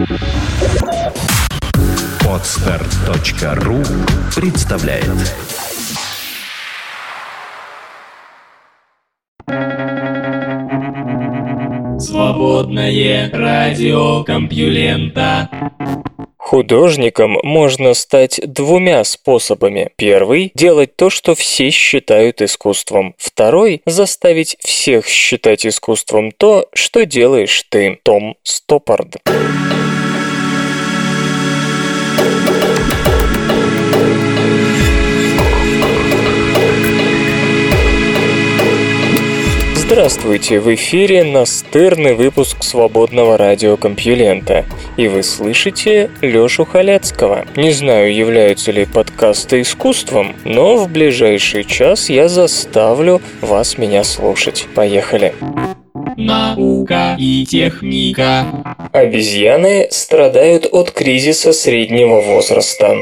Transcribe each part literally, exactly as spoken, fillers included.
Подстер точка ру представляет. Свободное радио Компьюлента. Художником можно стать двумя способами. Первый – делать то, что все считают искусством. Второй – заставить всех считать искусством то, что делаешь ты. Том Стоппард. Здравствуйте, в эфире настырный выпуск свободного радиокомпьюлента. И вы слышите Лёшу Халецкого. Не знаю, являются ли подкасты искусством, но в ближайший час я заставлю вас меня слушать. Поехали. Наука и техника. Обезьяны страдают от кризиса среднего возраста.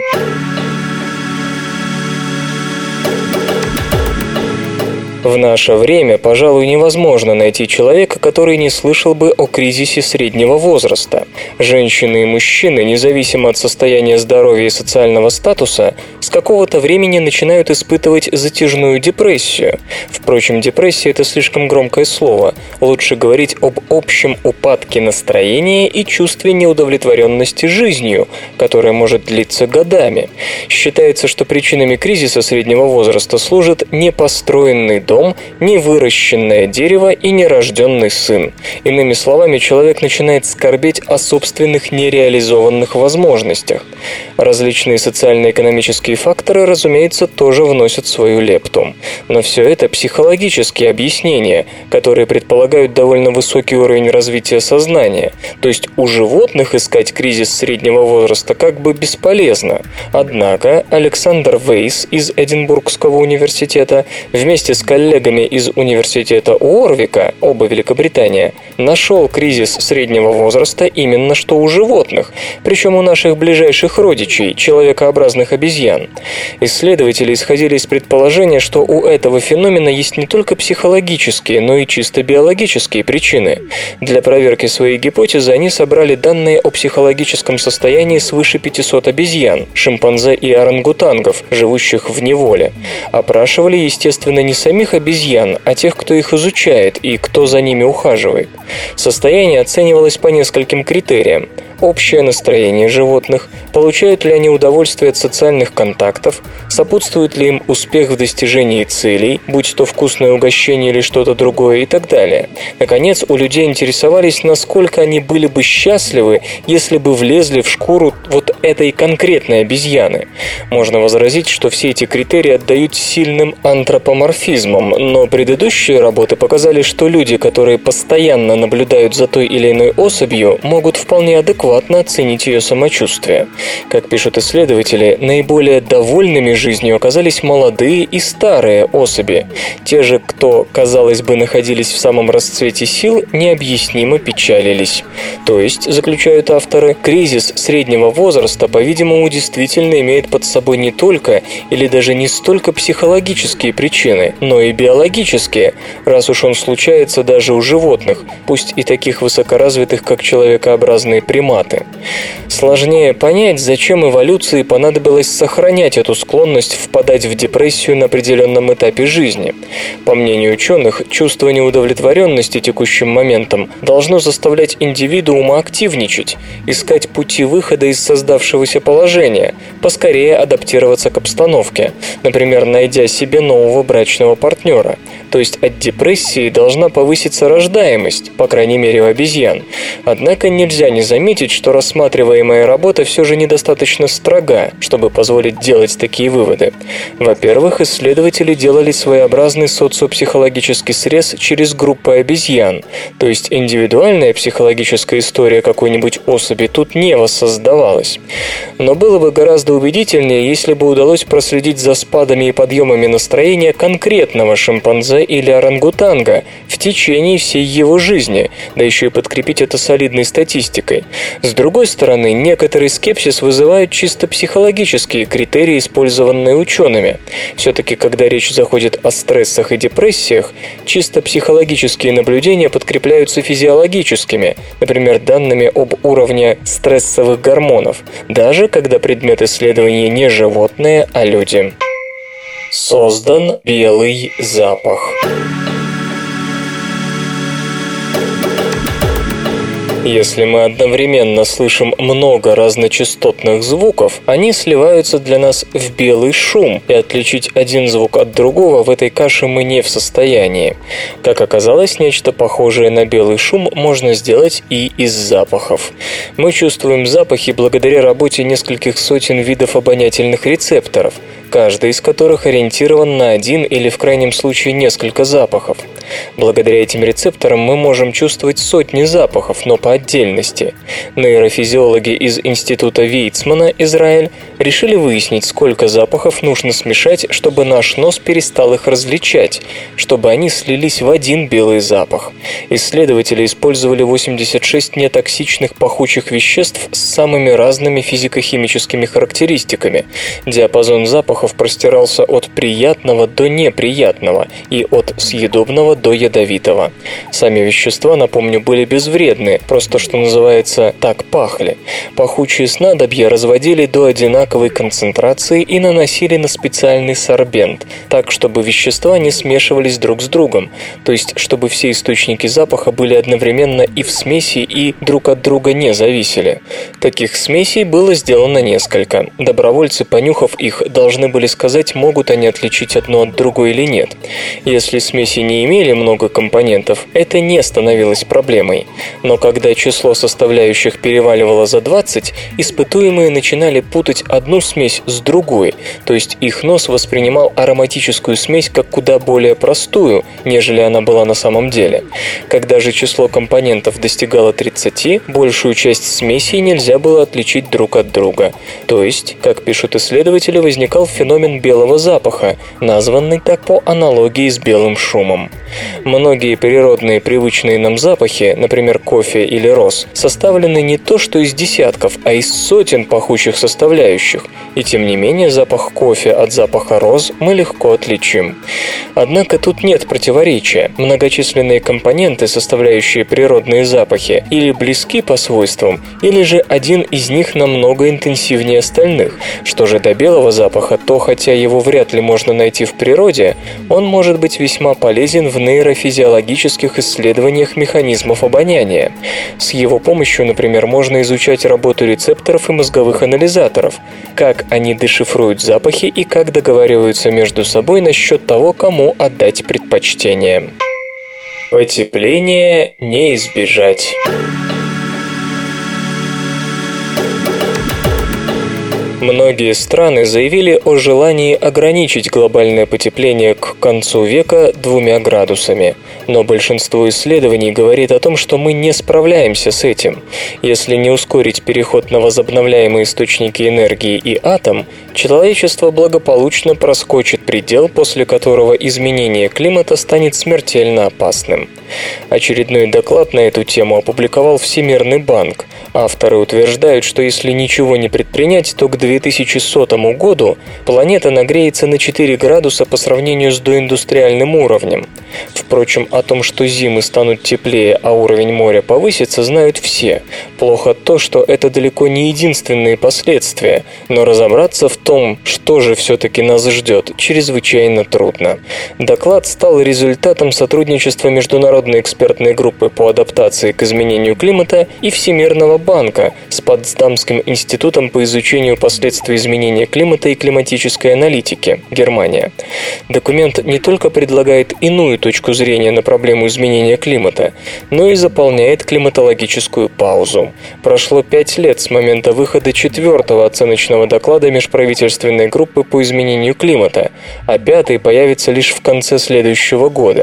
В наше время, пожалуй, невозможно найти человека, который не слышал бы о кризисе среднего возраста. Женщины и мужчины, независимо от состояния здоровья и социального статуса, с какого-то времени начинают испытывать затяжную депрессию. Впрочем, депрессия – это слишком громкое слово. Лучше говорить об общем упадке настроения и чувстве неудовлетворенности жизнью, которое может длиться годами. Считается, что причинами кризиса среднего возраста служат непостроенный дом, невыращенное дерево и нерожденный сын. Иными словами, человек начинает скорбеть о собственных нереализованных возможностях. Различные социально-экономические факторы, разумеется, тоже вносят свою лепту. Но все это психологические объяснения, которые предполагают довольно высокий уровень развития сознания. То есть у животных искать кризис среднего возраста как бы бесполезно. Однако Александр Вейс из Эдинбургского университета вместе с коллегами из университета Уорвика, оба Великобритания, нашел кризис среднего возраста именно что у животных, причем у наших ближайших родичей, человекообразных обезьян. Исследователи исходили из предположения, что у этого феномена есть не только психологические, но и чисто биологические причины. Для проверки своей гипотезы они собрали данные о психологическом состоянии свыше пятисот обезьян, шимпанзе и орангутангов, живущих в неволе. Опрашивали, естественно, не самих обезьян, а тех, кто их изучает и кто за ними ухаживает. Состояние оценивалось по нескольким критериям. Общее настроение животных, получают ли они удовольствие от социальных контактов, сопутствует ли им успех в достижении целей, будь то вкусное угощение или что-то другое и так далее. Наконец, у людей интересовались, насколько они были бы счастливы, если бы влезли в шкуру вот этой конкретной обезьяны. Можно возразить, что все эти критерии отдают сильным антропоморфизмом, но предыдущие работы показали, что люди, которые постоянно наблюдают за той или иной особью, могут вполне адекватно оценить ее самочувствие. Как пишут исследователи, наиболее довольными жизнью оказались молодые и старые особи. Те же, кто, казалось бы, находились в самом расцвете сил, необъяснимо печалились. То есть, заключают авторы, кризис среднего возраста, по-видимому, действительно имеет под собой не только или даже не столько психологические причины, но и биологические, раз уж он случается даже у животных, пусть и таких высокоразвитых, как человекообразные приматы. Сложнее понять, зачем эволюции понадобилось сохранять эту склонность впадать в депрессию на определенном этапе жизни. По мнению ученых, чувство неудовлетворенности текущим моментом должно заставлять индивидуума активничать, искать пути выхода из создавшегося положения, поскорее адаптироваться к обстановке, например, найдя себе нового брачного партнера. То есть от депрессии должна повыситься рождаемость, по крайней мере у обезьян. Однако нельзя не заметить, что рассматриваемая работа все же недостаточно строга, чтобы позволить делать такие выводы. Во-первых, исследователи делали своеобразный социопсихологический срез через группы обезьян, то есть индивидуальная психологическая история какой-нибудь особи тут не воссоздавалась. Но было бы гораздо убедительнее, если бы удалось проследить за спадами и подъемами настроения конкретного шимпанзе шимпанзе или орангутанга в течение всей его жизни, да еще и подкрепить это солидной статистикой. С другой стороны, некоторый скепсис вызывают чисто психологические критерии, использованные учеными. Все-таки, когда речь заходит о стрессах и депрессиях, чисто психологические наблюдения подкрепляются физиологическими, например, данными об уровне стрессовых гормонов, даже когда предмет исследования не животные, а люди. Создан белый запах. Если мы одновременно слышим много разночастотных звуков, они сливаются для нас в белый шум, и отличить один звук от другого в этой каше мы не в состоянии. Как оказалось, нечто похожее на белый шум можно сделать и из запахов. Мы чувствуем запахи благодаря работе нескольких сотен видов обонятельных рецепторов, каждый из которых ориентирован на один или в крайнем случае несколько запахов. Благодаря этим рецепторам мы можем чувствовать сотни запахов, но по отдельности. Нейрофизиологи из Института Вейцмана, Израиль, решили выяснить, сколько запахов нужно смешать, чтобы наш нос перестал их различать, чтобы они слились в один белый запах. Исследователи использовали восемьдесят шесть нетоксичных пахучих веществ с самыми разными физико-химическими характеристиками. Диапазон запахов простирался от приятного до неприятного и от съедобного до ядовитого. Сами вещества, напомню, были безвредны, просто, что называется, так пахли. Пахучие снадобья разводили до одинаковой концентрации и наносили на специальный сорбент, так, чтобы вещества не смешивались друг с другом, то есть, чтобы все источники запаха были одновременно и в смеси, и друг от друга не зависели. Таких смесей было сделано несколько. Добровольцы, понюхав их, должны были сказать, могут они отличить одно от другой или нет. Если смеси не имели много компонентов, это не становилось проблемой. Но когда число составляющих переваливало за двадцать, испытуемые начинали путать одну смесь с другой, то есть их нос воспринимал ароматическую смесь как куда более простую, нежели она была на самом деле. Когда же число компонентов достигало тридцати, большую часть смесей нельзя было отличить друг от друга. То есть, как пишут исследователи, возникал феномен белого запаха, названный так по аналогии с белым шумом. Многие природные привычные нам запахи, например, кофе или роз, составлены не то что из десятков, а из сотен пахучих составляющих, и тем не менее запах кофе от запаха роз мы легко отличим. Однако тут нет противоречия. Многочисленные компоненты, составляющие природные запахи, или близки по свойствам, или же один из них намного интенсивнее остальных. Что же до белого запаха, то хотя его вряд ли можно найти в природе, он может быть весьма полезен в нейрофизиологических исследованиях механизмов обоняния. С его помощью, например, можно изучать работу рецепторов и мозговых анализаторов, как они дешифруют запахи и как договариваются между собой насчет того, кому отдать предпочтение. Потепление не избежать. Многие страны заявили о желании ограничить глобальное потепление к концу века двумя градусами. Но большинство исследований говорит о том, что мы не справляемся с этим. Если не ускорить переход на возобновляемые источники энергии и атом, человечество благополучно проскочит предел, после которого изменение климата станет смертельно опасным. Очередной доклад на эту тему опубликовал Всемирный банк. Авторы утверждают, что если ничего не предпринять, то к две тысячи сотому году планета нагреется на четыре градуса по сравнению с доиндустриальным уровнем. Впрочем, о том, что зимы станут теплее, а уровень моря повысится, знают все. Плохо то, что это далеко не единственные последствия, но разобраться в том, что же все-таки нас ждет, чрезвычайно трудно. Доклад стал результатом сотрудничества Международной экспертной группы по адаптации к изменению климата и Всемирного банка с Потсдамским институтом по изучению последствий изменения климата и климатической аналитики, Германия. Документ не только предлагает иную точку зрения на проблему изменения климата, но и заполняет климатологическую паузу. Прошло пять лет с момента выхода четвертого оценочного доклада межправительственной группы по изменению климата, а пятый появится лишь в конце следующего года.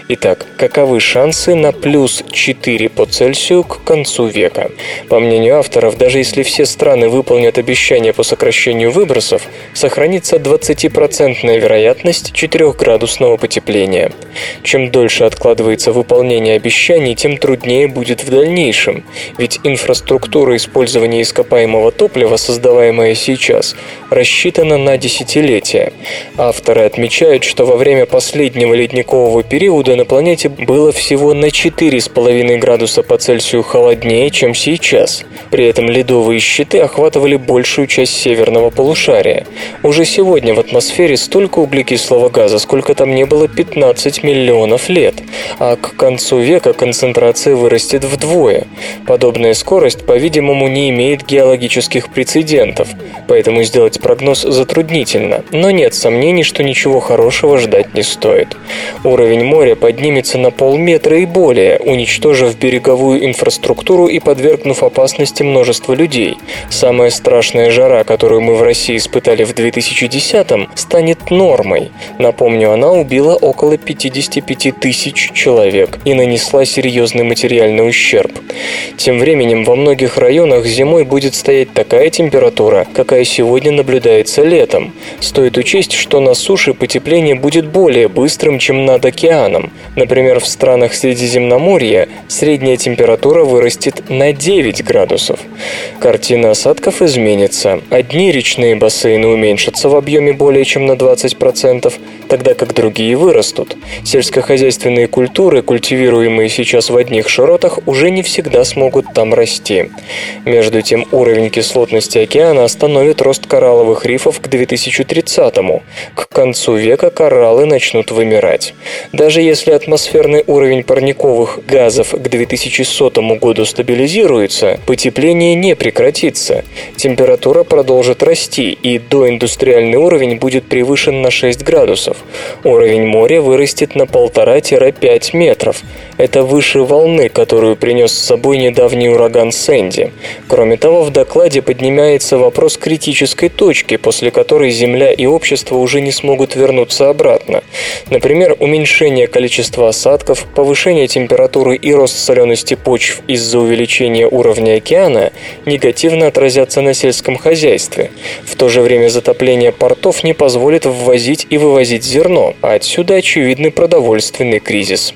Итак, каковы шансы на плюс четыре по Цельсию к концу века? По мнению авторов, даже если все страны выполнят обещания по сокращению выбросов, сохранится двадцатипроцентная вероятность четырехградусного потепления. Чем дольше откладывается выполнение обещаний, тем труднее будет в дальнейшем, ведь инфраструктура использования ископаемого топлива, создаваемая сейчас, рассчитана на десятилетия. Авторы отмечают, что во время последнего ледникового периода на планете было всего на четыре с половиной градуса по Цельсию холоднее, чем сейчас. При этом ледовые щиты охватывали большую часть северного полушария. Уже сегодня в атмосфере столько углекислого газа, сколько там не было пятнадцать миллионов лет, а к концу века концентрация вырастет вдвое. Подобная скорость, по-видимому, не имеет геологических прецедентов, поэтому сделать прогноз затруднительно, но нет сомнений, что ничего хорошего ждать не стоит. Уровень моря поднимется на полметра и более, уничтожив береговую инфраструктуру и подвергнув опасности множество людей. Самая страшная жара, которую мы в России испытали в две тысячи десятом, станет нормой. Напомню, она убила около пятьдесят пять тысяч человек и нанесла серьезный материальный ущерб. Тем временем во многих районах зимой будет стоять такая температура, какая сегодня наблюдается летом. Стоит учесть, что на суше потепление будет более быстрым, чем над океаном. Например, в странах Средиземноморья средняя температура вырастет на девять градусов. Картина осадков изменится. Одни речные бассейны уменьшатся в объеме более чем на двадцать процентов, тогда как другие вырастут. Сельскохозяйственные культуры, культивируемые сейчас в одних широтах, уже не всегда смогут там расти. Между тем, уровень кислотности океана остановит рост коралловых рифов к две тысячи тридцатому. К концу века кораллы начнут вымирать. Даже если атмосферный уровень парниковых газов к две тысячи сотому году стабилизируется, потепление не прекратится. Температура продолжит расти, и доиндустриальный уровень будет превышен на шесть градусов. Уровень моря вырастет на полтора-пять метров. Это выше волны, которую принес с собой недавний ураган Сэнди. Кроме того, в докладе поднимается вопрос критической точки, после которой Земля и общество уже не смогут вернуться обратно. Например, уменьшение количества осадков, повышение температуры и рост солености почв из-за увеличения уровня океана негативно отразятся на сельском хозяйстве. В то же время затопление портов не позволит ввозить и вывозить зерно, а отсюда очевидный продовольственный кризис.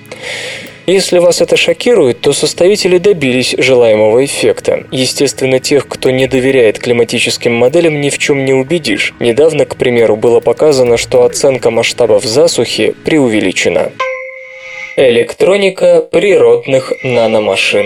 Если вас это шокирует, то составители добились желаемого эффекта. Естественно, тех, кто не доверяет климатическим моделям, ни в чем не убедишь. Недавно, к примеру, было показано, что оценка масштабов засухи преувеличена. Электроника природных наномашин.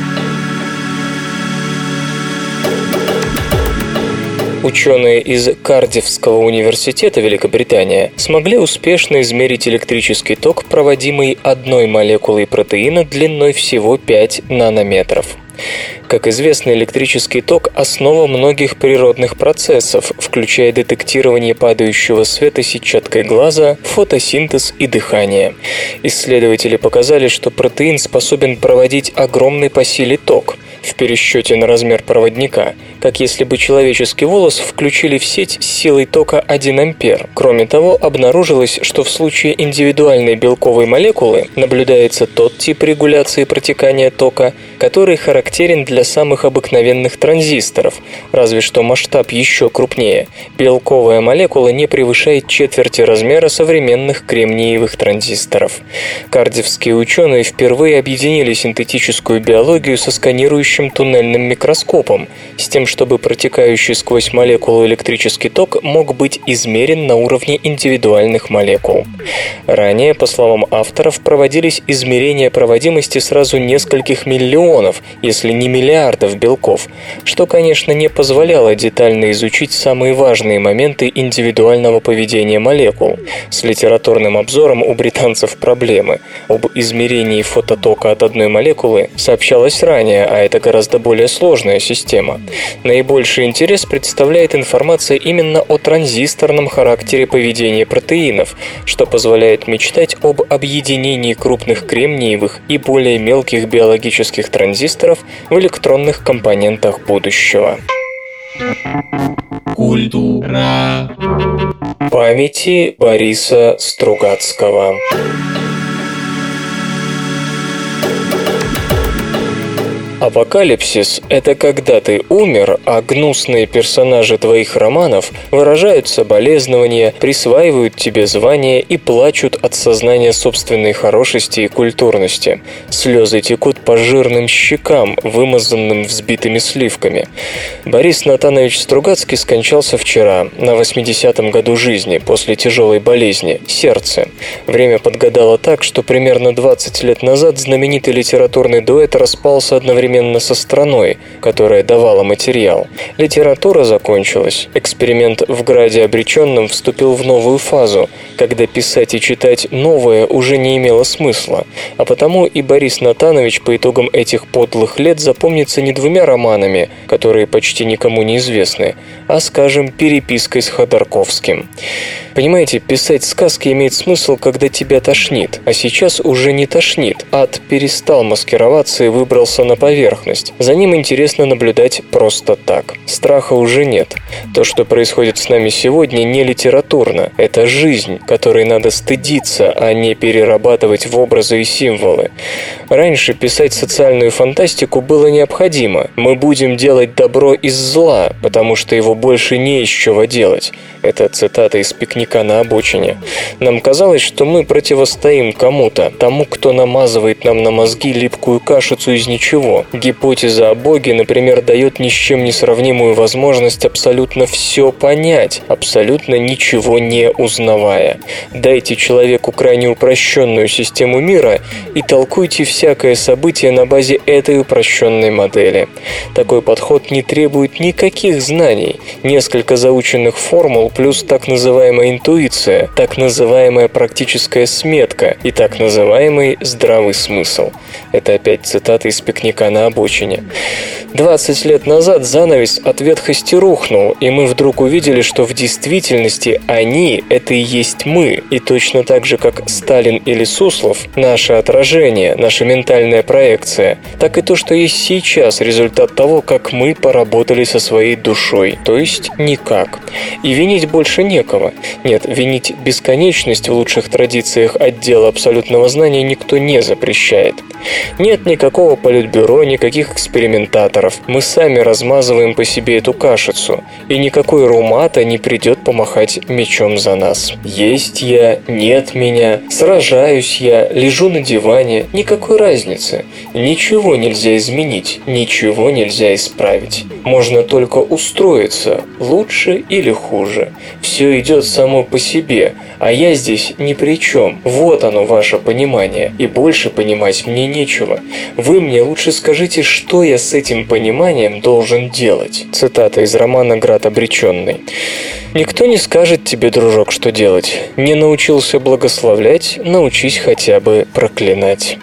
Ученые из Кардифского университета Великобритания смогли успешно измерить электрический ток, проводимый одной молекулой протеина длиной всего пять нанометров. Как известно, электрический ток – основа многих природных процессов, включая детектирование падающего света сетчаткой глаза, фотосинтез и дыхание. Исследователи показали, что протеин способен проводить огромный по силе ток в пересчете на размер проводника, как если бы человеческий волос включили в сеть с силой тока один ампер. Кроме того, обнаружилось, что в случае индивидуальной белковой молекулы наблюдается тот тип регуляции протекания тока, который характерен для самых обыкновенных транзисторов, разве что масштаб еще крупнее. Белковая молекула не превышает четверти размера современных кремниевых транзисторов. Кардифские ученые впервые объединили синтетическую биологию со сканирующим туннельным микроскопом, с тем, чтобы протекающий сквозь молекулу электрический ток мог быть измерен на уровне индивидуальных молекул. Ранее, по словам авторов, проводились измерения проводимости сразу нескольких миллионов, если не миллиардов белков, что, конечно, не позволяло детально изучить самые важные моменты индивидуального поведения молекул. С литературным обзором у британцев проблемы. Об измерении фототока от одной молекулы сообщалось ранее, а это гораздо более сложная система. Наибольший интерес представляет информация именно о транзисторном характере поведения протеинов, что позволяет мечтать об объединении крупных кремниевых и более мелких биологических транзисторов в электронных компонентах будущего. Культура. Памяти Бориса Стругацкого. Апокалипсис – это когда ты умер, а гнусные персонажи твоих романов выражают соболезнования, присваивают тебе звания и плачут от сознания собственной хорошести и культурности. Слезы текут по жирным щекам, вымазанным взбитыми сливками. Борис Натанович Стругацкий скончался вчера, на восьмидесятом году жизни, после тяжелой болезни – сердце. Время подгадало так, что примерно двадцать лет назад знаменитый литературный дуэт распался одновременно со страной, которая давала материал. Литература закончилась. Эксперимент в граде обреченном вступил в новую фазу, когда писать и читать новое уже не имело смысла. А потому и Борис Натанович по итогам этих подлых лет запомнится не двумя романами, которые почти никому не известны, а, скажем, перепиской с Ходорковским. Понимаете, писать сказки имеет смысл, когда тебя тошнит, а сейчас уже не тошнит. Ад перестал маскироваться и выбрался на поверхность. За ним интересно наблюдать просто так. Страха уже нет. То, что происходит с нами сегодня, не литературно. Это жизнь, которой надо стыдиться, а не перерабатывать в образы и символы. Раньше писать социальную фантастику было необходимо. Мы будем делать добро из зла, потому что его больше не из чего делать. Это цитата из «Пикника на обочине». Нам казалось, что мы противостоим кому-то, тому, кто намазывает нам на мозги липкую кашицу из ничего. Гипотеза о Боге, например, дает ни с чем не сравнимую возможность абсолютно все понять, абсолютно ничего не узнавая. Дайте человеку крайне упрощенную систему мира и толкуйте всякое событие на базе этой упрощенной модели. Такой подход не требует никаких знаний. Несколько заученных формул плюс так называемая интуиция, так называемая практическая сметка и так называемый здравый смысл. Это опять цитата из «Пикника на обочине». двадцать лет назад занавес от ветхости рухнул, и мы вдруг увидели, что в действительности они – это и есть мы. И точно так же, как Сталин или Суслов – наше отражение, наша ментальная проекция, так и то, что есть сейчас, результат того, как мы поработали со своей душой, то есть никак. И винить больше некого. Нет, винить бесконечность в лучших традициях отдела абсолютного знания никто не запрещает. Нет никакого политбюро, никаких экспериментаторов. Мы сами размазываем по себе эту кашицу, и никакой румата не придет помахать мечом за нас. Есть я, нет меня, сражаюсь я, лежу на диване, никакой разницы. Ничего нельзя изменить, ничего нельзя исправить. Можно только устроиться, лучше или хуже. Все идет само по себе, а я здесь ни при чем. Вот оно, ваше понимание, и больше понимать мне нечего. Вы мне лучше скажите, что я с этим пониманием должен делать. Цитата из романа «Град обреченный». Никто не скажет тебе, дружок, что делать. Не научился благословлять, научись хотя бы проклинать.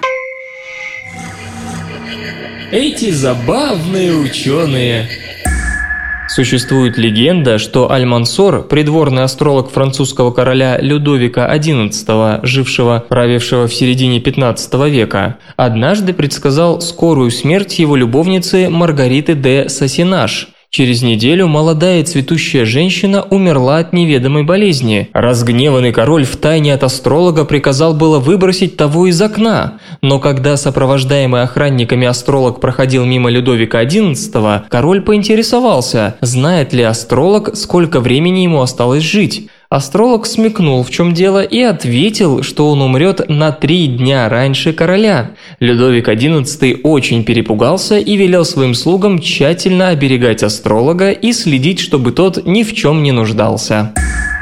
Эти забавные ученые. Существует легенда, что Аль-Мансор, придворный астролог французского короля Людовика одиннадцатого, жившего, правившего в середине пятнадцатого века, однажды предсказал скорую смерть его любовницы Маргариты де Сасинаж. Через неделю молодая цветущая женщина умерла от неведомой болезни. Разгневанный король втайне от астролога приказал было выбросить того из окна, но когда сопровождаемый охранниками астролог проходил мимо Людовика одиннадцатого, король поинтересовался, знает ли астролог, сколько времени ему осталось жить. Астролог смекнул, в чем дело, и ответил, что он умрет на три дня раньше короля. Людовик одиннадцатый очень перепугался и велел своим слугам тщательно оберегать астролога и следить, чтобы тот ни в чем не нуждался.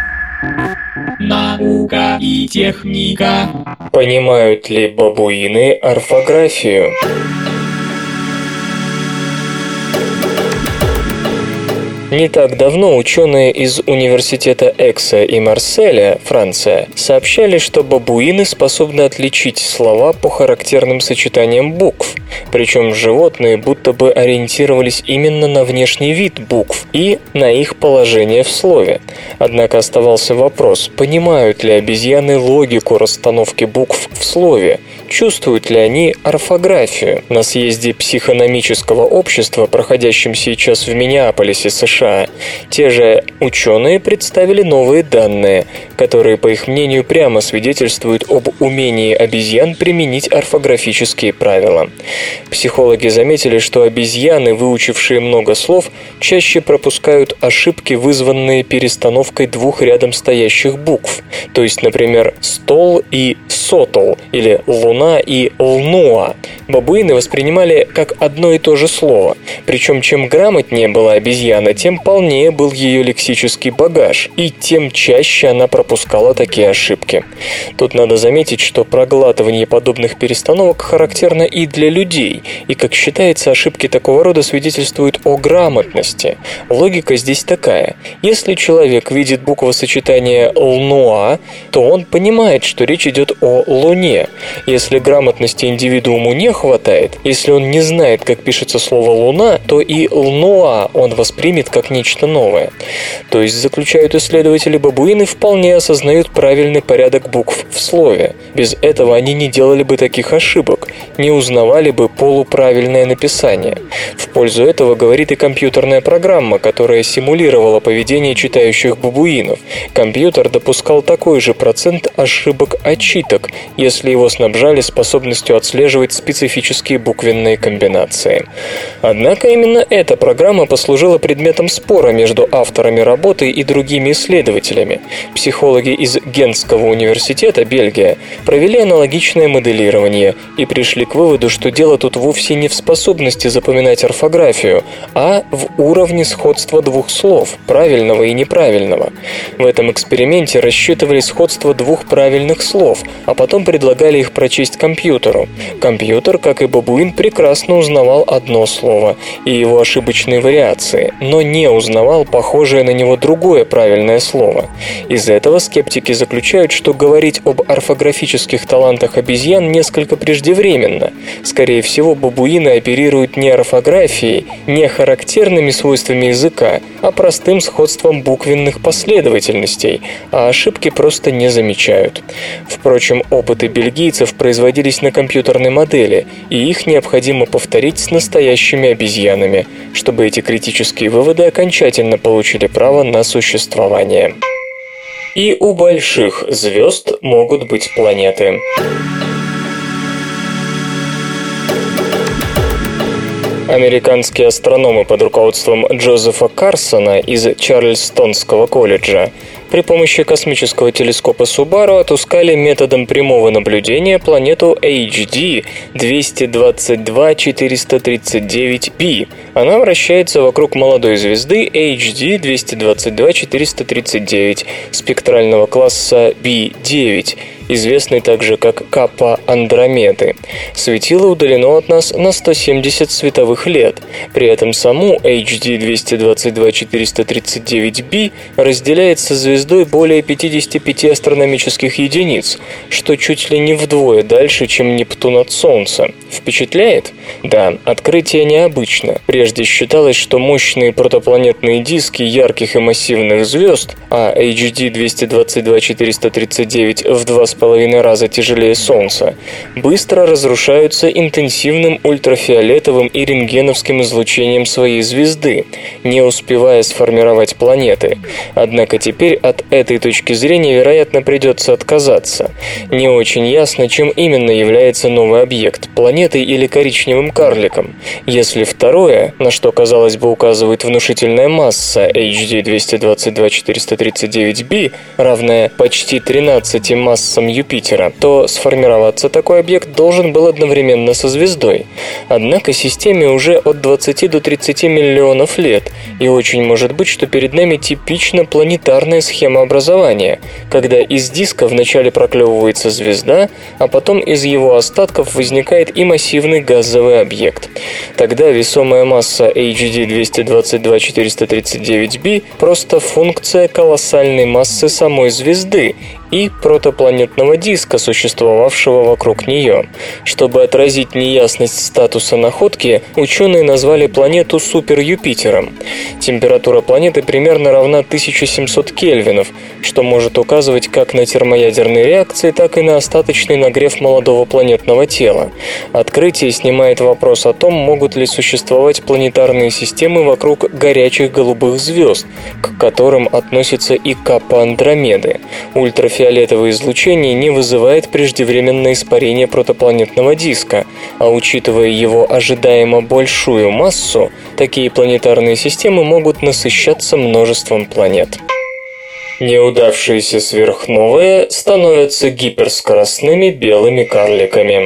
Наука и техника. Понимают ли бабуины орфографию? Не так давно ученые из университета Экса и Марселя, Франция, сообщали, что бабуины способны отличить слова по характерным сочетаниям букв. Причем животные будто бы ориентировались именно на внешний вид букв и на их положение в слове. Однако оставался вопрос, понимают ли обезьяны логику расстановки букв в слове, чувствуют ли они орфографию. На съезде психономического общества, проходящем сейчас в Миннеаполисе, США, те же ученые представили новые данные. которые, по их мнению, прямо свидетельствуют об умении обезьян применить орфографические правила. Психологи заметили, что обезьяны, выучившие много слов, чаще пропускают ошибки, вызванные перестановкой двух рядом стоящих букв. То есть, например, «стол» и «сотол» или «луна» и «лнуа». Бабуины воспринимали как одно и то же слово. Причем, чем грамотнее была обезьяна, тем полнее был ее лексический багаж, и тем чаще она пропускала такие ошибки. Тут надо заметить, что проглатывание подобных перестановок характерно и для людей, и, как считается, ошибки такого рода свидетельствуют о грамотности. Логика здесь такая. Если человек видит буквосочетание «лнуа», то он понимает, что речь идет о Луне. Если грамотности индивидууму не хватает, если он не знает, как пишется слово «луна», то и «лнуа» он воспримет как нечто новое. То есть, заключают исследователи, бабуины вполне осознают правильный порядок букв в слове. Без этого они не делали бы таких ошибок, не узнавали бы полуправильное написание. В пользу этого говорит и компьютерная программа, которая симулировала поведение читающих бабуинов. Компьютер допускал такой же процент ошибок-очиток, если его снабжали способностью отслеживать специфические буквенные комбинации. Однако именно эта программа послужила предметом спора между авторами работы и другими исследователями. Психологи из Гентского университета, Бельгия, провели аналогичное моделирование и пришли к выводу, что дело тут вовсе не в способности запоминать орфографию, а в уровне сходства двух слов, правильного и неправильного. В этом эксперименте рассчитывали сходство двух правильных слов, а потом предлагали их прочесть компьютеру. Компьютер, как и бабуин, прекрасно узнавал одно слово и его ошибочные вариации, но не узнавал похожее на него другое правильное слово. Из этого скептики заключают, что говорить об орфографических талантах обезьян несколько преждевременно. Скорее всего, бабуины оперируют не орфографией, не характерными свойствами языка, а простым сходством буквенных последовательностей, а ошибки просто не замечают. Впрочем, опыты бельгийцев производились на компьютерной модели, и их необходимо повторить с настоящими обезьянами, чтобы эти критические выводы окончательно получили право на существование. И у больших звезд могут быть планеты. Американские астрономы под руководством Джозефа Карсона из Чарльстонского колледжа при помощи космического телескопа Субару отыскали методом прямого наблюдения планету эйч ди двести двадцать два четыреста тридцать девять би. Она вращается вокруг молодой звезды эйч ди двести двадцать два четыреста тридцать девять спектрального класса би девять, известный также как Каппа Андромеды. Светило удалено от нас на сто семьдесят световых лет. При этом саму эйч ди двести двадцать два четыреста тридцать девять би разделяется звездой более пятьдесят пять астрономических единиц, что чуть ли не вдвое дальше, чем Нептун от Солнца. Впечатляет? Да, открытие необычно. Прежде считалось, что мощные протопланетные диски ярких и массивных звезд, а эйч ди двести двадцать два четыреста тридцать девять в два с половиной раза тяжелее Солнца, быстро разрушаются интенсивным ультрафиолетовым и рентгеновским излучением своей звезды, не успевая сформировать планеты. Однако теперь от этой точки зрения, вероятно, придется отказаться. Не очень ясно, чем именно является новый объект – планетой или коричневым карликом. Если второе, на что, казалось бы, указывает внушительная масса эйч ди двести двадцать два четыреста тридцать девять би, равная почти тринадцати массам Юпитера, то сформироваться такой объект должен был одновременно со звездой. Однако системе уже от двадцати до тридцати миллионов лет, и очень может быть, что перед нами типично планетарная схема образования, когда из диска вначале проклевывается звезда, а потом из его остатков возникает и массивный газовый объект. Тогда весомая масса эйч ди двести двадцать два четыреста тридцать девять би просто функция колоссальной массы самой звезды, и протопланетного диска, существовавшего вокруг нее. Чтобы отразить неясность статуса находки, ученые назвали планету супер-Юпитером. Температура планеты примерно равна тысяче семьсот кельвинов, что может указывать как на термоядерные реакции, так и на остаточный нагрев молодого планетного тела. Открытие снимает вопрос о том, могут ли существовать планетарные системы вокруг горячих голубых звезд, к которым относится и Каппа Андромеды. Ультрафиолетовое излучение не вызывает преждевременное испарение протопланетного диска, а учитывая его ожидаемо большую массу, такие планетарные системы могут насыщаться множеством планет. Неудавшиеся сверхновые становятся гиперскоростными белыми карликами.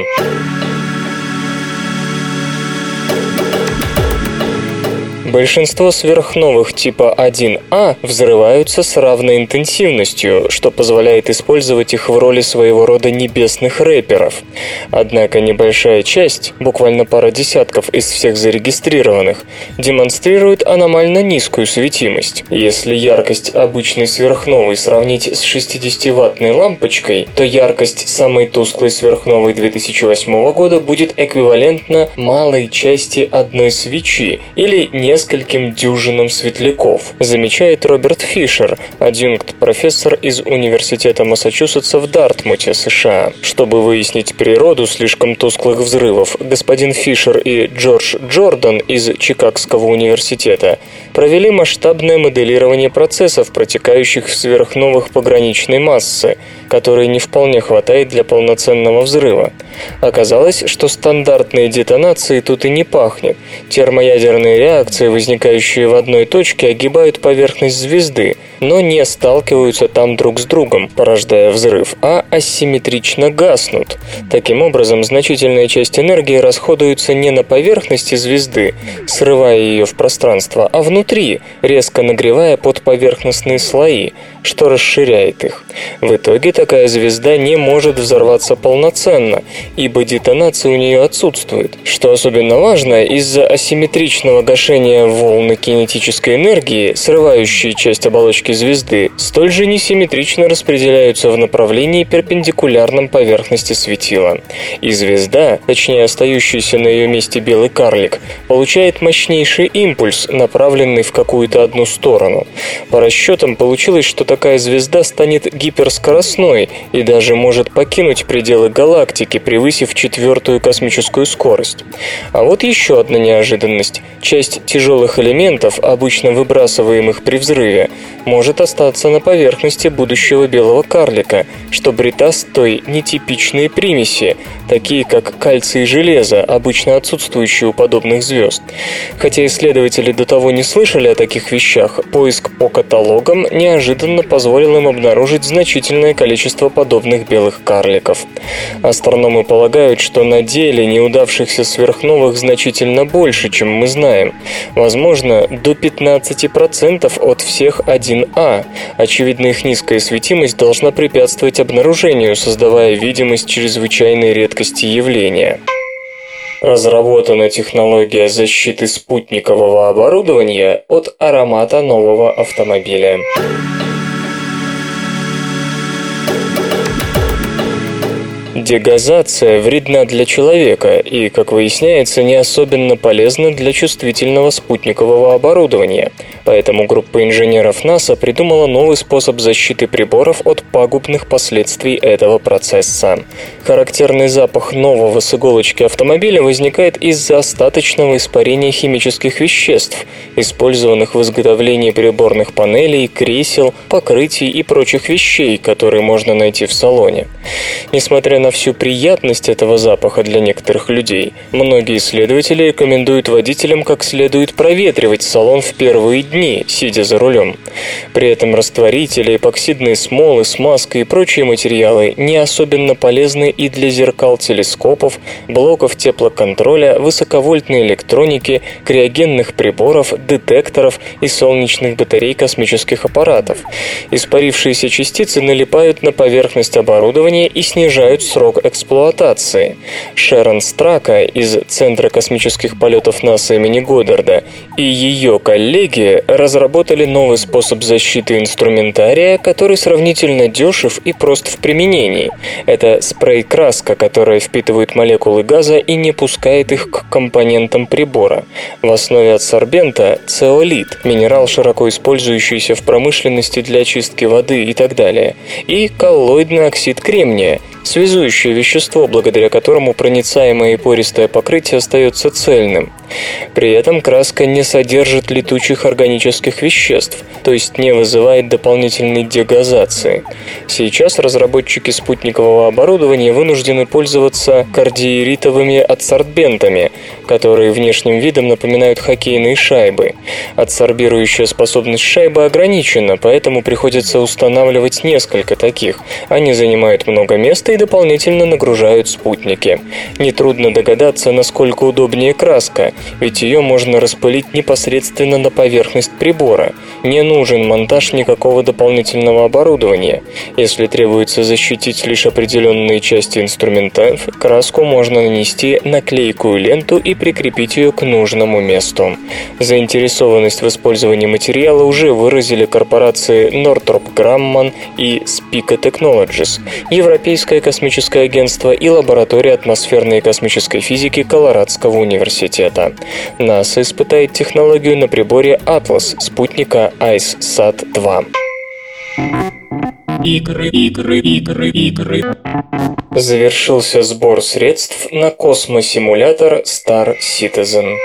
Большинство сверхновых типа один А взрываются с равной интенсивностью, что позволяет использовать их в роли своего рода небесных рэперов. Однако небольшая часть, буквально пара десятков из всех зарегистрированных, демонстрирует аномально низкую светимость. Если яркость обычной сверхновой сравнить с шестидесятиваттной лампочкой, то яркость самой тусклой сверхновой две тысячи восьмого года будет эквивалентна малой части одной свечи или нескольким дюжинам светляков, замечает Роберт Фишер, адъюнкт-профессор из Университета Массачусетса в Дартмуте, США. Чтобы выяснить природу слишком тусклых взрывов, господин Фишер и Джордж Джордан из Чикагского университета провели масштабное моделирование процессов, протекающих в сверхновых пограничной массы, которой не вполне хватает для полноценного взрыва. Оказалось, что стандартной детонации тут и не пахнет. Термоядерные реакции, возникающие в одной точке, огибают поверхность звезды, но не сталкиваются там друг с другом, порождая взрыв, а асимметрично гаснут. Таким образом, значительная часть энергии расходуется не на поверхности звезды, срывая ее в пространство, а внутри, резко нагревая подповерхностные слои, что расширяет их. В итоге такая звезда не может взорваться полноценно, ибо детонация у нее отсутствует. Что особенно важно, из-за асимметричного гашения волны кинетической энергии, срывающие часть оболочки звезды, столь же несимметрично распределяются в направлении, перпендикулярном поверхности светила. И звезда, точнее остающийся на ее месте белый карлик, получает мощнейший импульс, направленный в какую-то одну сторону. По расчетам получилось, что такая звезда станет гиперскоростной и даже может покинуть пределы галактики, превысив четвертую космическую скорость. А вот еще одна неожиданность. Часть тяжелых элементов, обычно выбрасываемых при взрыве, может остаться на поверхности будущего белого карлика, что придаст той нетипичные примеси, такие как кальций и железо, обычно отсутствующие у подобных звезд. Хотя исследователи до того не слышали о таких вещах, поиск по каталогам неожиданно позволил им обнаружить значительное количество подобных белых карликов. Астрономы полагают, что на деле неудавшихся сверхновых значительно больше, чем мы знаем. Возможно, до пятнадцати процентов от всех один А. Очевидно, их низкая светимость должна препятствовать обнаружению, создавая видимость чрезвычайной редкости явления. Разработана технология защиты спутникового оборудования от аромата нового автомобиля. Дегазация вредна для человека и, как выясняется, не особенно полезна для чувствительного спутникового оборудования. Поэтому группа инженеров НАСА придумала новый способ защиты приборов от пагубных последствий этого процесса. Характерный запах нового с иголочки автомобиля возникает из-за остаточного испарения химических веществ, использованных в изготовлении приборных панелей, кресел, покрытий и прочих вещей, которые можно найти в салоне. Несмотря на всю приятность этого запаха для некоторых людей, многие исследователи рекомендуют водителям как следует проветривать салон в первые дни, сидя за рулем. При этом растворители, эпоксидные смолы, смазка и прочие материалы не особенно полезны и для зеркал телескопов, блоков теплоконтроля, высоковольтной электроники, криогенных приборов, детекторов и солнечных батарей космических аппаратов. Испарившиеся частицы налипают на поверхность оборудования и снижают срок эксплуатации. Шерон Страка из Центра космических полетов НАСА имени Годдарда и ее коллеги разработали новый способ защиты инструментария, который сравнительно дешев и прост в применении. Это спрей-краска, которая впитывает молекулы газа и не пускает их к компонентам прибора. В основе адсорбента цеолит, минерал, широко использующийся в промышленности для очистки воды и так далее, и коллоидный оксид кремния, связующее вещество, благодаря которому проницаемое и пористое покрытие остается цельным. При этом краска не содержит летучих органических веществ, то есть не вызывает дополнительной дегазации. Сейчас разработчики спутникового оборудования вынуждены пользоваться кардиеритовыми адсорбентами, которые внешним видом напоминают хоккейные шайбы. Адсорбирующая способность шайбы ограничена, поэтому приходится устанавливать несколько таких. Они занимают много места и дополнительно нагружают спутники. Нетрудно догадаться, насколько удобнее краска, ведь ее можно распылить непосредственно на поверхность прибора. Не нужен монтаж никакого дополнительного оборудования. Если требуется защитить лишь определенные части инструмента, краску можно нанести на клейкую ленту и прикрепить ее к нужному месту. Заинтересованность в использовании материала уже выразили корпорации Northrop Grumman и Spica Technologies, Европейское космическое агентство и лаборатория атмосферной и космической физики Колорадского университета. НАСА испытает технологию на приборе Atlas спутника IceSat два. Игры, игры, игры, игры. Завершился сбор средств на космосимулятор Star Citizen.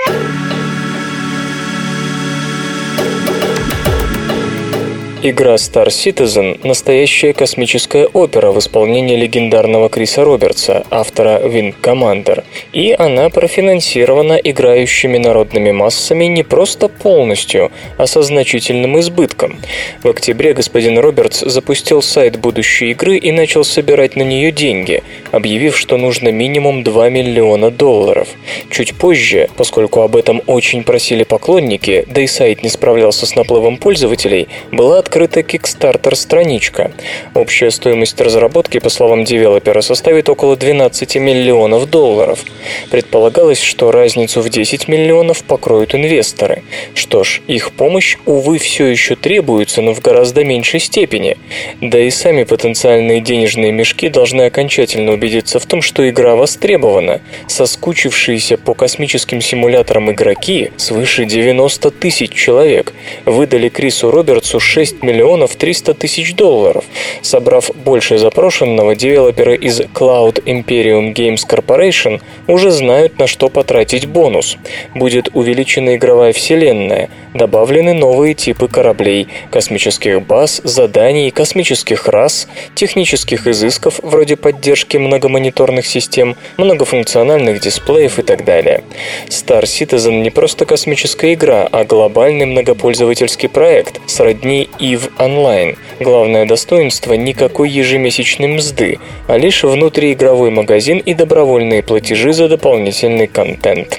Игра Star Citizen – настоящая космическая опера в исполнении легендарного Криса Робертса, автора Wing Commander, и она профинансирована играющими народными массами не просто полностью, а со значительным избытком. В октябре господин Робертс запустил сайт будущей игры и начал собирать на нее деньги, объявив, что нужно минимум два миллиона долларов. Чуть позже, поскольку об этом очень просили поклонники, да и сайт не справлялся с наплывом пользователей, была открыта открыта Kickstarter-страничка. Общая стоимость разработки, по словам девелопера, составит около двенадцать миллионов долларов. Предполагалось, что разницу в десять миллионов покроют инвесторы. Что ж, их помощь, увы, все еще требуется, но в гораздо меньшей степени. Да и сами потенциальные денежные мешки должны окончательно убедиться в том, что игра востребована. Соскучившиеся по космическим симуляторам игроки, свыше девяносто тысяч человек, выдали Крису Робертсу шесть миллионов триста тысяч долларов. Собрав больше запрошенного, девелоперы из Cloud Imperium Games Corporation уже знают, на что потратить бонус. Будет увеличена игровая вселенная, добавлены новые типы кораблей, космических баз, заданий, космических рас, технических изысков вроде поддержки многомониторных систем, многофункциональных дисплеев и так далее. Star Citizen не просто космическая игра, а глобальный многопользовательский проект, сродни и в онлайн. Главное достоинство – никакой ежемесячной мзды, а лишь внутриигровой магазин и добровольные платежи за дополнительный контент.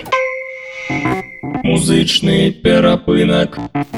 Музычный перапынок.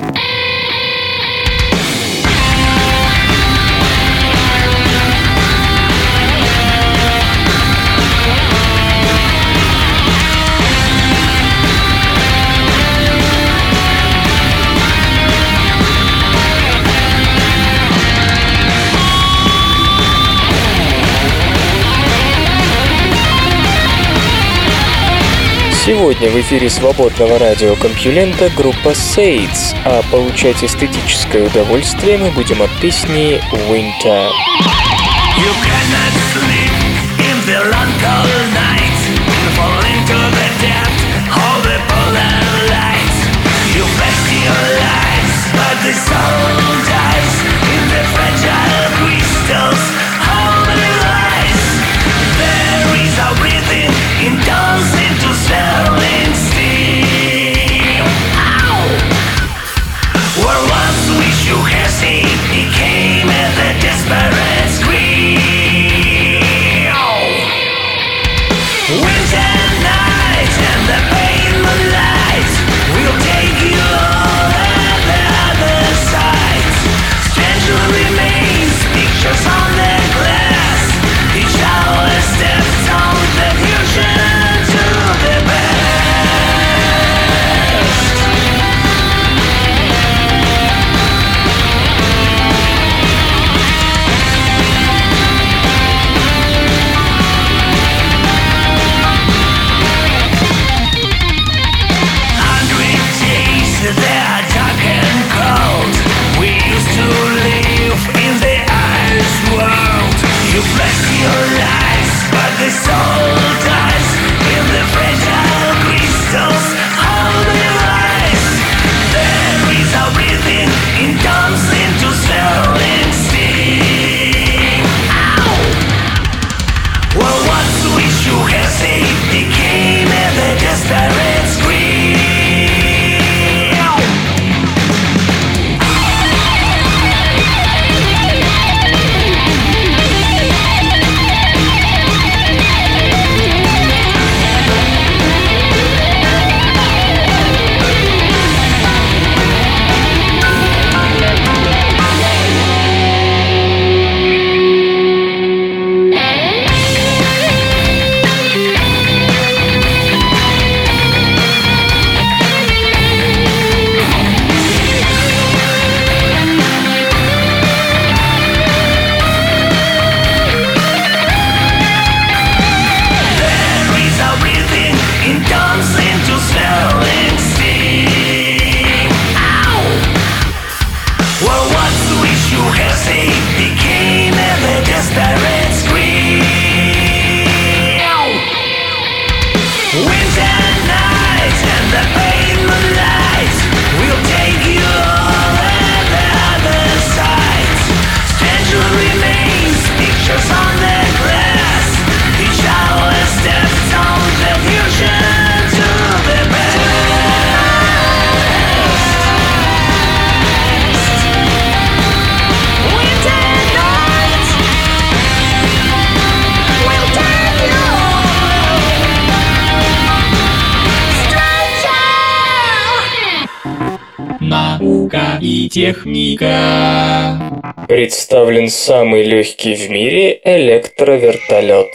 Сегодня в эфире свободного радиокомпьюлента группа Sades, а получать эстетическое удовольствие мы будем от песни Winter. You cannot sleep in the long cold night, fall into the depth of the polar light. You face your lives, but the soul dies in the fragile crystals of the ice. There is a breathing indulgence into selling steam. Ow! Where once we shook as it came at the desperate scream. Winter night and the pain moonlight will take you on the other side. наука и техника. Представлен самый легкий в мире электровертолет.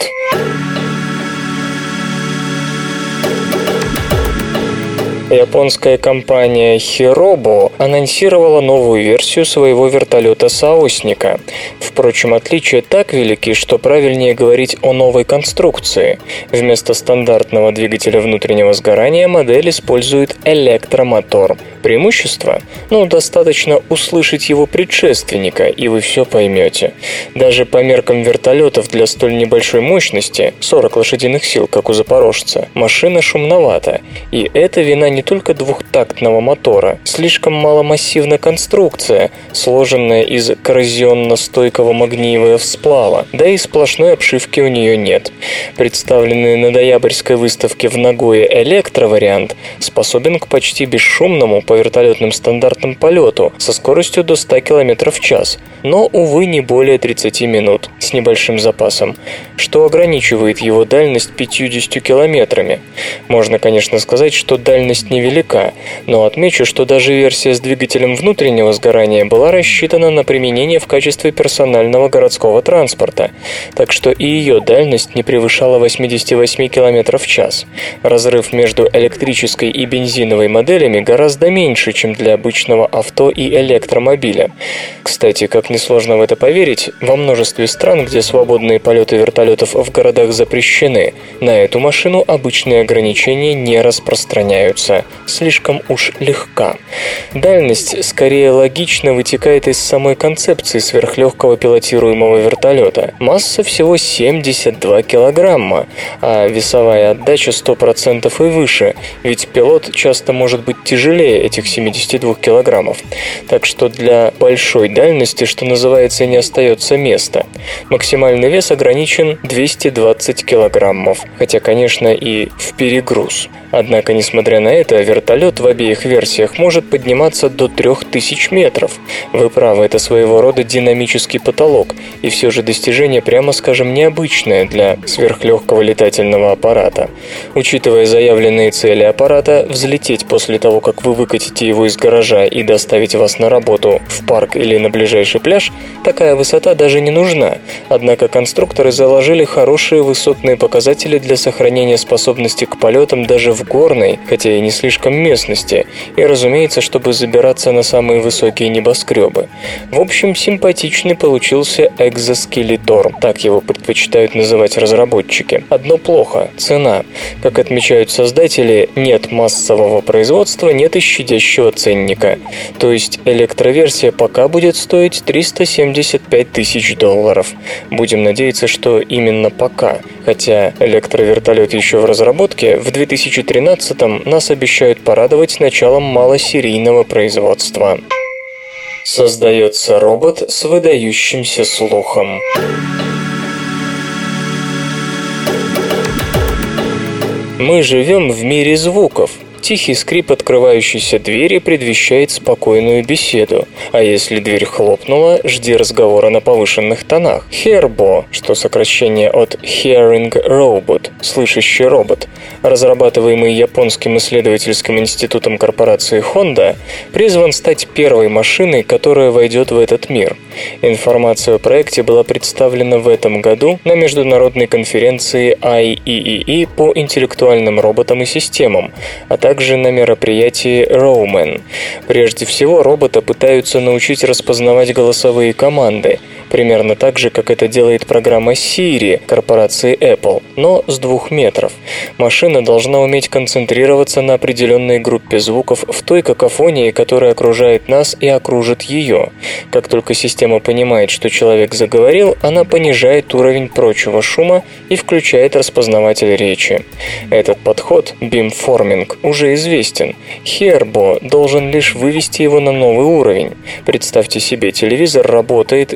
Японская компания Hirobo анонсировала новую версию своего вертолета-соосника. Впрочем, отличия так велики, что правильнее говорить о новой конструкции. Вместо стандартного двигателя внутреннего сгорания модель использует электромотор. Преимущество? Ну, достаточно услышать его предшественника, и вы все поймете. Даже по меркам вертолетов для столь небольшой мощности, сорок лошадиных сил, как у запорожца, машина шумновата. И это вина не только двухтактного мотора. Слишком маломассивна конструкция, сложенная из коррозионно-стойкого магниевого сплава, да и сплошной обшивки у нее нет. Представленный на ноябрьской выставке в Нагое электровариант способен к почти бесшумному по вертолетным стандартам полету со скоростью до ста километров в час, но, увы, не более тридцати минут, с небольшим запасом, что ограничивает его дальность пятьюдесятью километрами. Можно, конечно, сказать, что дальность невелика, но отмечу, что даже версия с двигателем внутреннего сгорания была рассчитана на применение в качестве персонального городского транспорта, так что и ее дальность не превышала восьмидесяти восьми километров в час. Разрыв между электрической и бензиновой моделями гораздо меньше, чем для обычного авто и электромобиля. Кстати, как несложно в это поверить, во множестве стран, где свободные полеты вертолетов в городах запрещены, на эту машину обычные ограничения не распространяются. Слишком уж легка. Дальность скорее логично вытекает из самой концепции сверхлегкого пилотируемого вертолета. Масса всего семьдесят два килограмма, а весовая отдача сто процентов и выше, ведь пилот часто может быть тяжелее этих семидесяти двух килограммов. Так что для большой дальности, что называется, не остается места. Максимальный вес ограничен двести двадцать килограммов, хотя, конечно, и в перегруз. Однако, несмотря на это, вертолет в обеих версиях может подниматься до трёх тысяч метров. Вы правы, это своего рода динамический потолок, и все же достижение, прямо скажем, необычное для сверхлегкого летательного аппарата. Учитывая заявленные цели аппарата, взлететь после того, как вы выкатите его из гаража и доставить вас на работу в парк или на ближайший пляж, такая высота даже не нужна. Однако конструкторы заложили хорошие высотные показатели для сохранения способности к полетам даже в горной, хотя и не слишком местности, и, разумеется, чтобы забираться на самые высокие небоскребы. В общем, симпатичный получился экзоскелетор, так его предпочитают называть разработчики. Одно плохо – цена. Как отмечают создатели, нет массового производства, нет и щадящего ценника. То есть электроверсия пока будет стоить триста семьдесят пять тысяч долларов. Будем надеяться, что именно пока. Хотя электровертолет еще в разработке, в две тысячи тринадцатом нас обещают порадовать началом малосерийного производства. Создается робот с выдающимся слухом. Мы живем в мире звуков. Тихий скрип открывающейся двери предвещает спокойную беседу, а если дверь хлопнула, жди разговора на повышенных тонах. Hirobo, что сокращение от Hearing Robot, слышащий робот, разрабатываемый японским исследовательским институтом корпорации Honda, призван стать первой машиной, которая войдет в этот мир. Информация о проекте была представлена в этом году на международной конференции ай и и и по интеллектуальным роботам и системам, а также также на мероприятии Roman. Прежде всего, робота пытаются научить распознавать голосовые команды, примерно так же, как это делает программа Siri корпорации Apple, но с двух метров. Машина должна уметь концентрироваться на определенной группе звуков в той какофонии, которая окружает нас и окружит ее. Как только система понимает, что человек заговорил, она понижает уровень прочего шума и включает распознаватель речи. Этот подход, бимформинг, уже известен. Hirobo должен лишь вывести его на новый уровень. Представьте себе, телевизор работает, дети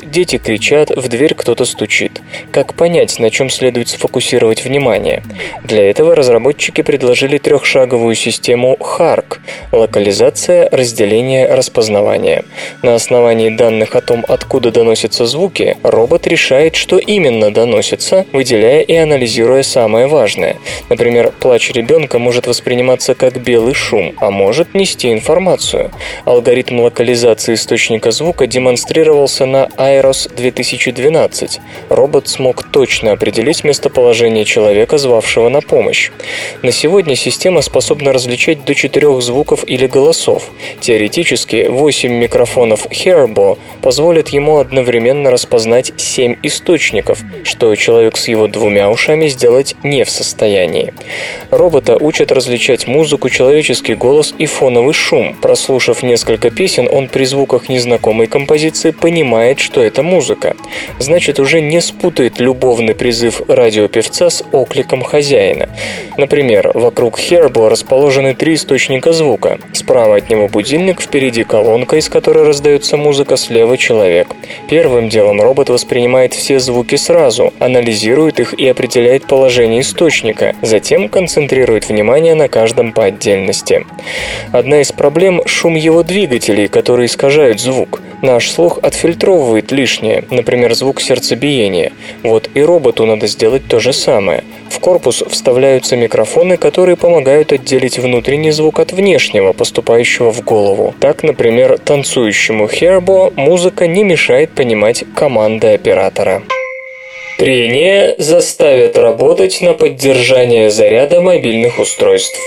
кричат, в дверь кто-то стучит. Как понять, на чем следует сфокусировать внимание? Для этого разработчики предложили трехшаговую систему харк – локализация, разделение, распознавание. На основании данных о том, откуда доносятся звуки, робот решает, что именно доносится, выделяя и анализируя самое важное. Например, плач ребенка может восприниматься как белый шум, а может нести информацию. Алгоритм локализации источника звука демонстрировался на ай эр о эс две тысячи двенадцать. Робот смог точно определить местоположение человека, звавшего на помощь. На сегодня система способна различать до четырех звуков или голосов. Теоретически, восемь микрофонов Herbo позволят ему одновременно распознать семь источников, что человек с его двумя ушами сделать не в состоянии. Робота учат различать музыку, человеческий голос и фоновый шум. Прослушав несколько песен, он при звуках незнакомой композиции понимает, что это музыка. Значит, уже не спутает любовный призыв радиопевца с окликом хозяина. Например, вокруг Herbo расположены три источника звука. Справа от него будильник, впереди колонка, из которой раздается музыка, слева человек. Первым делом робот воспринимает все звуки сразу, анализирует их и определяет положение источника, затем концентрирует внимание на каждом по отдельности. Одна из проблем – шум его двигателей, которые искажают звук. Наш слух отфильтровывает лишнее, например, звук сердцебиения. Вот и роботу надо сделать то же самое. В корпус вставляются микрофоны, которые помогают отделить внутренний звук от внешнего, поступающего в голову. Так, например, танцующему Herbo музыка не мешает понимать команды оператора. Трение заставит работать на поддержание заряда мобильных устройств.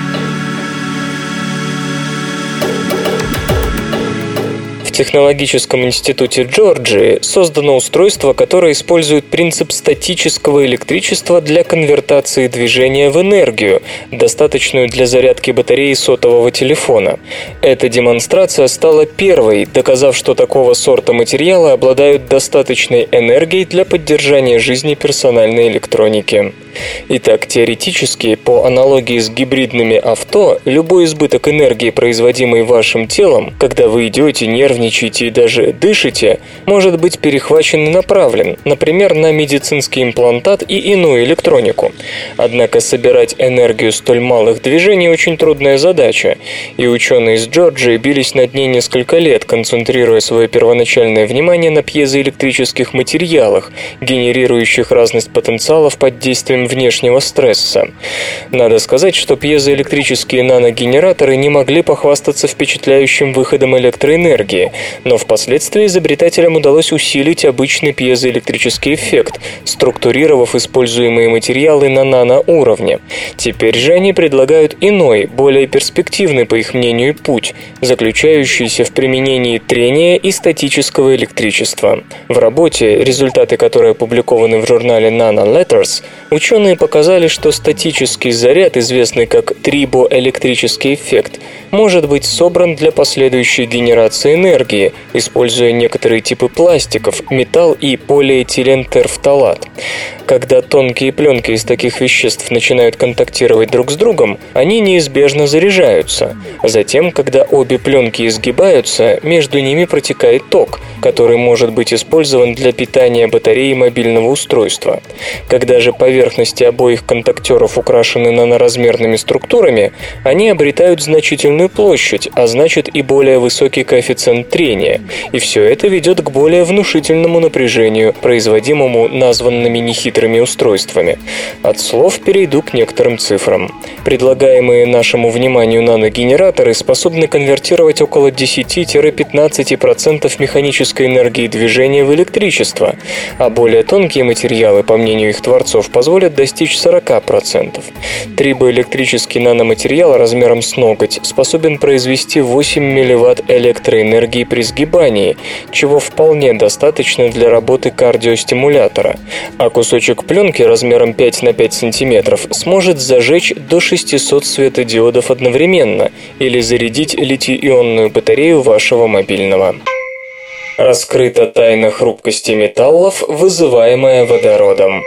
В Технологическом институте Джорджии создано устройство, которое использует принцип статического электричества для конвертации движения в энергию, достаточную для зарядки батареи сотового телефона. Эта демонстрация стала первой, доказав, что такого сорта материалы обладают достаточной энергией для поддержания жизни персональной электроники. Итак, теоретически, по аналогии с гибридными авто, любой избыток энергии, производимый вашим телом, когда вы идете, нервничаете и даже дышите, может быть перехвачен и направлен, например, на медицинский имплантат и иную электронику. Однако собирать энергию столь малых движений очень трудная задача, и ученые из Джорджии бились над ней несколько лет, концентрируя свое первоначальное внимание на пьезоэлектрических материалах, генерирующих разность потенциалов под действием внешнего стресса. Надо сказать, что пьезоэлектрические наногенераторы не могли похвастаться впечатляющим выходом электроэнергии, но впоследствии изобретателям удалось усилить обычный пьезоэлектрический эффект, структурировав используемые материалы на наноуровне. Теперь же они предлагают иной, более перспективный, по их мнению, путь, заключающийся в применении трения и статического электричества. В работе, результаты которой опубликованы в журнале Nanoletters, ученые показали, что статический заряд, известный как трибоэлектрический эффект, может быть собран для последующей генерации энергии, используя некоторые типы пластиков, металл и полиэтилентерфталат. Когда тонкие пленки из таких веществ начинают контактировать друг с другом, они неизбежно заряжаются. Затем, когда обе пленки изгибаются, между ними протекает ток, который может быть использован для питания батареи мобильного устройства. Когда же поверхности обоих контактеров украшены наноразмерными структурами, они обретают значительную площадь, а значит и более высокий коэффициент трения. И все это ведет к более внушительному напряжению, производимому названными нехитрыми устройствами. От слов перейду к некоторым цифрам. Предлагаемые нашему вниманию наногенераторы способны конвертировать около десять-пятнадцать процентов механической энергии движения в электричество, а более тонкие материалы, по мнению их творцов, позволят достичь сорок процентов. Трибоэлектрический наноматериал размером с ноготь способен произвести восемь милливатт электроэнергии при сгибании, чего вполне достаточно для работы кардиостимулятора, а кусочек пленки размером пять на пять сантиметров сможет зажечь до шестисот светодиодов одновременно или зарядить литий-ионную батарею вашего мобильного. Раскрыта тайна хрупкости металлов, вызываемая водородом.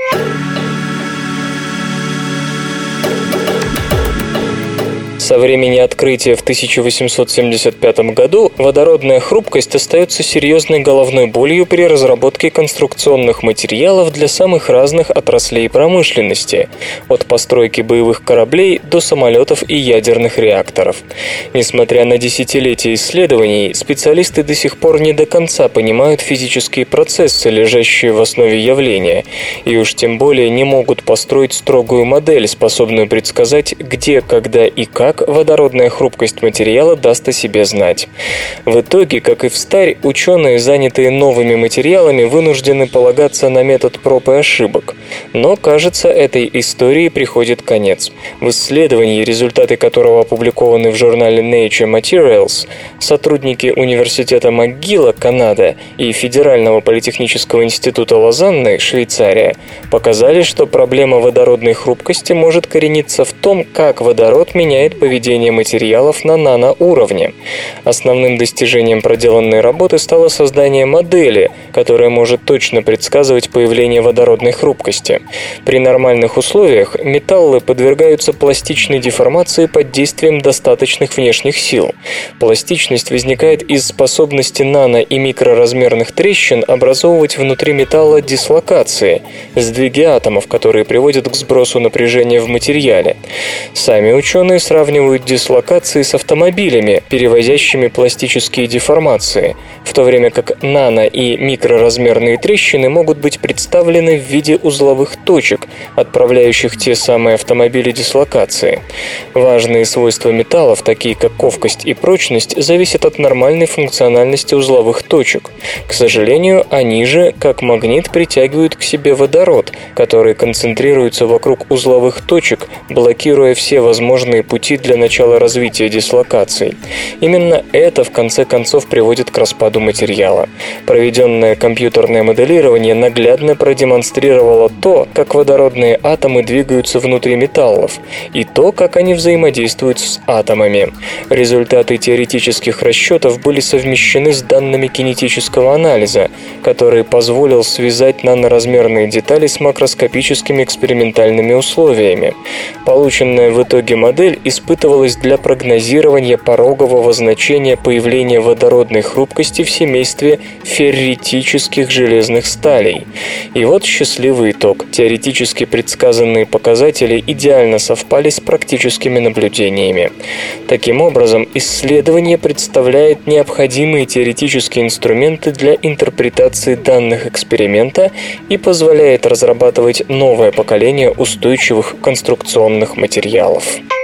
Со времени открытия в тысяча восемьсот семьдесят пятом году водородная хрупкость остается серьезной головной болью при разработке конструкционных материалов для самых разных отраслей промышленности, от постройки боевых кораблей до самолетов и ядерных реакторов. Несмотря на десятилетия исследований, специалисты до сих пор не до конца понимают физические процессы, лежащие в основе явления, и уж тем более не могут построить строгую модель, способную предсказать, где, когда и как водородная хрупкость материала даст о себе знать. В итоге, как и в старь, ученые, занятые новыми материалами, вынуждены полагаться на метод проб и ошибок. Но, кажется, этой истории приходит конец. В исследовании, результаты которого опубликованы в журнале Nature Materials, сотрудники университета МcGill, Канада, и Федерального политехнического института Лозанны, Швейцария, показали, что проблема водородной хрупкости может корениться в том, как водород меняет поведение материалов на наноуровне. Основным достижением проделанной работы стало создание модели, которая может точно предсказывать появление водородной хрупкости. При нормальных условиях металлы подвергаются пластичной деформации под действием достаточных внешних сил. Пластичность возникает из способности нано- и микроразмерных трещин образовывать внутри металла дислокации, сдвиги атомов, которые приводят к сбросу напряжения в материале. Сами ученые сравнивают дислокации с автомобилями, перевозящими пластические деформации, в то время как нано- и микроразмерные трещины могут быть представлены в виде узловых точек, отправляющих те самые автомобили дислокации. Важные свойства металлов, такие как ковкость и прочность, зависят от нормальной функциональности узловых точек. К сожалению, они же, как магнит, притягивают к себе водород, который концентрируется вокруг узловых точек, блокируя все возможные пути для начала развития дислокаций. Именно это, в конце концов, приводит к распаду материала. Проведенное компьютерное моделирование наглядно продемонстрировало то, как водородные атомы двигаются внутри металлов, и то, как они взаимодействуют с атомами. Результаты теоретических расчетов были совмещены с данными кинетического анализа, который позволил связать наноразмерные детали с макроскопическими экспериментальными условиями. Полученная в итоге модель испытывалась для прогнозирования порогового значения появления водородной хрупкости в семействе ферритических железных сталей. И вот счастливый итог. Теоретически предсказанные показатели идеально совпали с практическими наблюдениями. Таким образом, исследование представляет необходимые теоретические инструменты для интерпретации данных эксперимента и позволяет разрабатывать новое поколение устойчивых конструкционных материалов.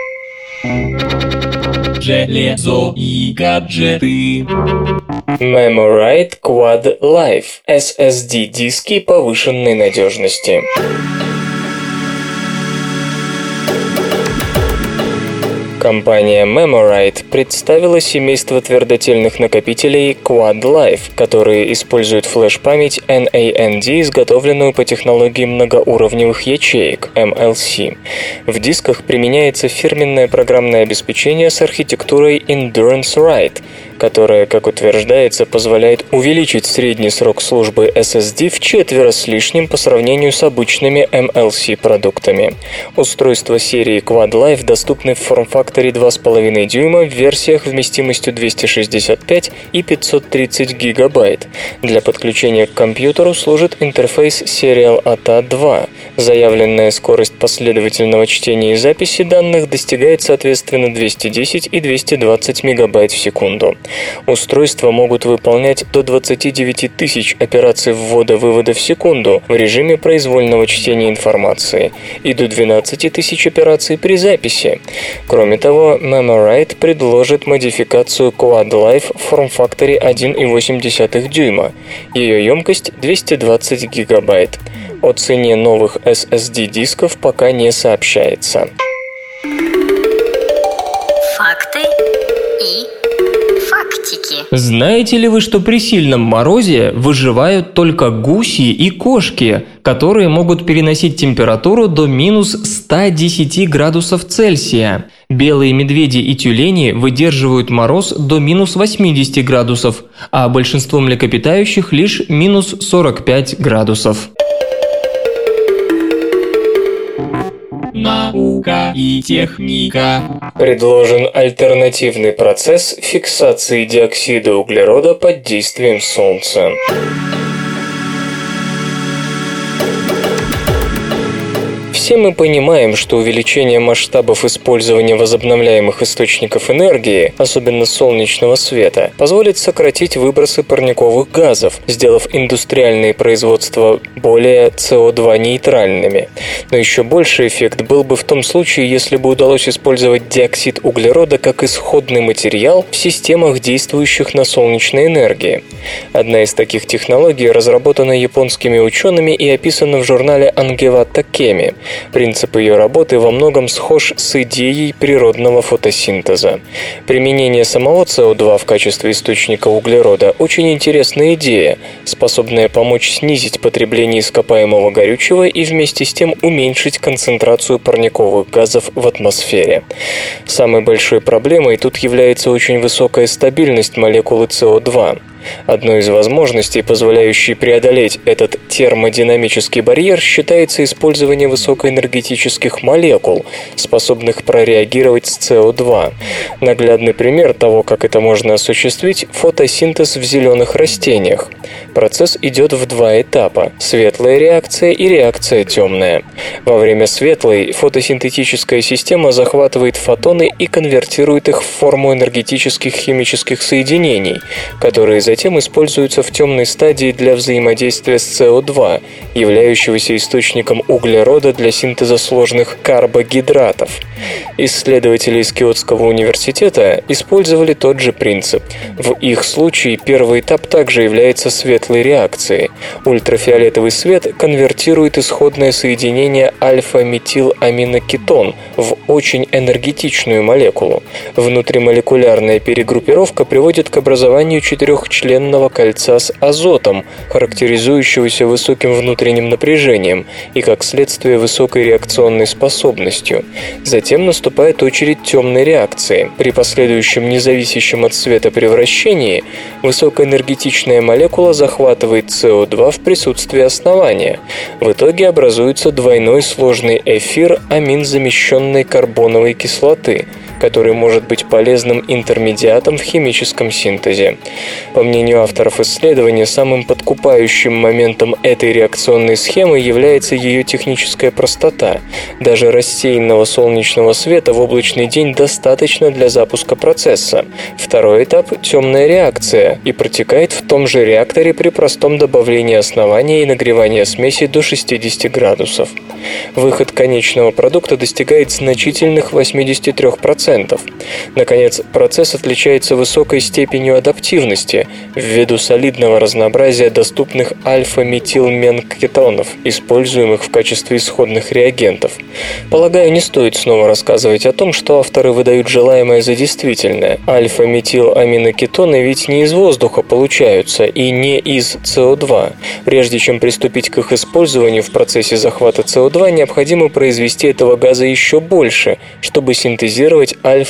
Железо и гаджеты. Memorite Quad Life – эс эс ди-диски повышенной надежности. Компания Memorite представила семейство твердотельных накопителей Quad Life, которые используют флеш-память эн эй эн ди, изготовленную по технологии многоуровневых ячеек эм эл си. В дисках применяется фирменное программное обеспечение с архитектурой Endurance Write, которая, как утверждается, позволяет увеличить средний срок службы эс эс ди в четверо с лишним по сравнению с обычными эм эл си-продуктами. Устройства серии Quad Life доступны в форм-факторе два с половиной дюйма в версиях вместимостью двести шестьдесят пять и пятьсот тридцать гигабайт. Для подключения к компьютеру служит интерфейс Serial эй ти эй два. Заявленная скорость последовательного чтения и записи данных достигает соответственно двести десять и двести двадцать мегабайт в секунду. Устройства могут выполнять до двадцать девять тысяч операций ввода-вывода в секунду в режиме произвольного чтения информации и до двенадцать тысяч операций при записи. Кроме того, Memorite предложит модификацию Quad Life в форм-факторе один и восемь десятых дюйма. Ее емкость двести двадцать гигабайт. О цене новых эс эс ди-дисков пока не сообщается. Факты и фактики. Знаете ли вы, что при сильном морозе выживают только гуси и кошки, которые могут переносить температуру до минус ста десяти градусов Цельсия? Белые медведи и тюлени выдерживают мороз до минус восьмидесяти градусов, а большинство млекопитающих лишь минус сорок пять градусов. наука и техника. Предложен альтернативный процесс фиксации диоксида углерода под действием Солнца. Все мы понимаем, что увеличение масштабов использования возобновляемых источников энергии, особенно солнечного света, позволит сократить выбросы парниковых газов, сделав индустриальные производства более си о два нейтральными. Но еще больший эффект был бы в том случае, если бы удалось использовать диоксид углерода как исходный материал в системах, действующих на солнечной энергии. Одна из таких технологий разработана японскими учеными и описана в журнале Ангевата Кеми. Принцип ее работы во многом схож с идеей природного фотосинтеза. Применение самого си о два в качестве источника углерода – очень интересная идея, способная помочь снизить потребление ископаемого горючего и вместе с тем уменьшить концентрацию парниковых газов в атмосфере. Самой большой проблемой тут является очень высокая стабильность молекулы си о два. Одной из возможностей, позволяющей преодолеть этот термодинамический барьер, считается использование высокоэнергетических молекул, способных прореагировать с си о два. Наглядный пример того, как это можно осуществить – фотосинтез в зеленых растениях. Процесс идет в два этапа – светлая реакция и реакция темная. Во время светлой фотосинтетическая система захватывает фотоны и конвертирует их в форму энергетических химических соединений, которые затем Затем используются в темной стадии для взаимодействия с си о два, являющегося источником углерода для синтеза сложных карбогидратов. Исследователи из Киотского университета использовали тот же принцип. В их случае первый этап также является светлой реакцией. Ультрафиолетовый свет конвертирует исходное соединение альфа-метиламинокетон в очень энергетичную молекулу. Внутримолекулярная перегруппировка приводит к образованию четырехчленного кольца с азотом, характеризующегося высоким внутренним напряжением и, как следствие, высокой реакционной способностью. Затем наступает очередь темной реакции. При последующем независящем от света превращении высокоэнергетичная молекула захватывает си о два в присутствии основания. В итоге образуется двойной сложный эфир аминзамещенной карбоновой кислоты, который может быть полезным интермедиатом в химическом синтезе. По мнению авторов исследования, самым подкупающим моментом этой реакционной схемы является ее техническая простота. Даже рассеянного солнечного света в облачный день достаточно для запуска процесса. Второй этап – темная реакция, и протекает в том же реакторе при простом добавлении основания и нагревания смеси до шестидесяти градусов. Выход конечного продукта достигает значительных восьмидесяти трёх процентов. Наконец, процесс отличается высокой степенью адаптивности ввиду солидного разнообразия доступных альфа-метилменкетонов, используемых в качестве исходных реагентов. Полагаю, не стоит снова рассказывать о том, что авторы выдают желаемое за действительное. Альфа-метиламинокетоны ведь не из воздуха получаются и не из си о два. Прежде чем приступить к их использованию в процессе захвата си о два, необходимо произвести этого газа еще больше, чтобы синтезировать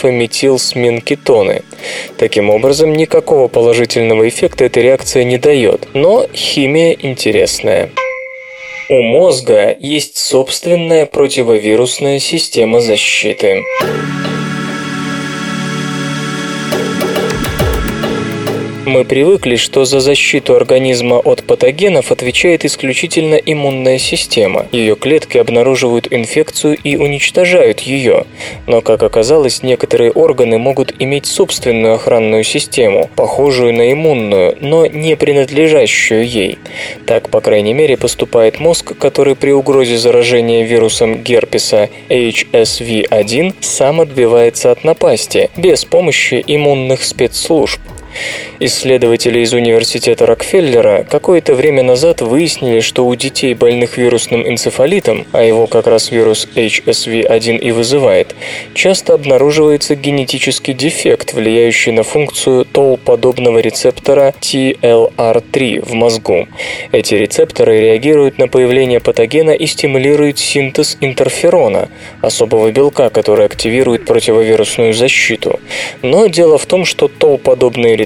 альфа-метилсменкетоны. Таким образом, никакого положительного эффекта эта реакция не дает, но химия интересная. У мозга есть собственная противовирусная система защиты. Мы привыкли, что за защиту организма от патогенов отвечает исключительно иммунная система. Ее клетки обнаруживают инфекцию и уничтожают ее. Но, как оказалось, некоторые органы могут иметь собственную охранную систему, похожую на иммунную, но не принадлежащую ей. Так, по крайней мере, поступает мозг, который при угрозе заражения вирусом герпеса эйч эс ви один сам отбивается от напасти, без помощи иммунных спецслужб. Исследователи из университета Рокфеллера какое-то время назад выяснили, что у детей, больных вирусным энцефалитом, а его как раз вирус эйч эс ви один и вызывает, часто обнаруживается генетический дефект, влияющий на функцию Тол-подобного рецептора ти эл ар три в мозгу. Эти рецепторы реагируют на появление патогена и стимулируют синтез интерферона, особого белка, который активирует противовирусную защиту. Но дело в том, что Тол-подобные рецепторы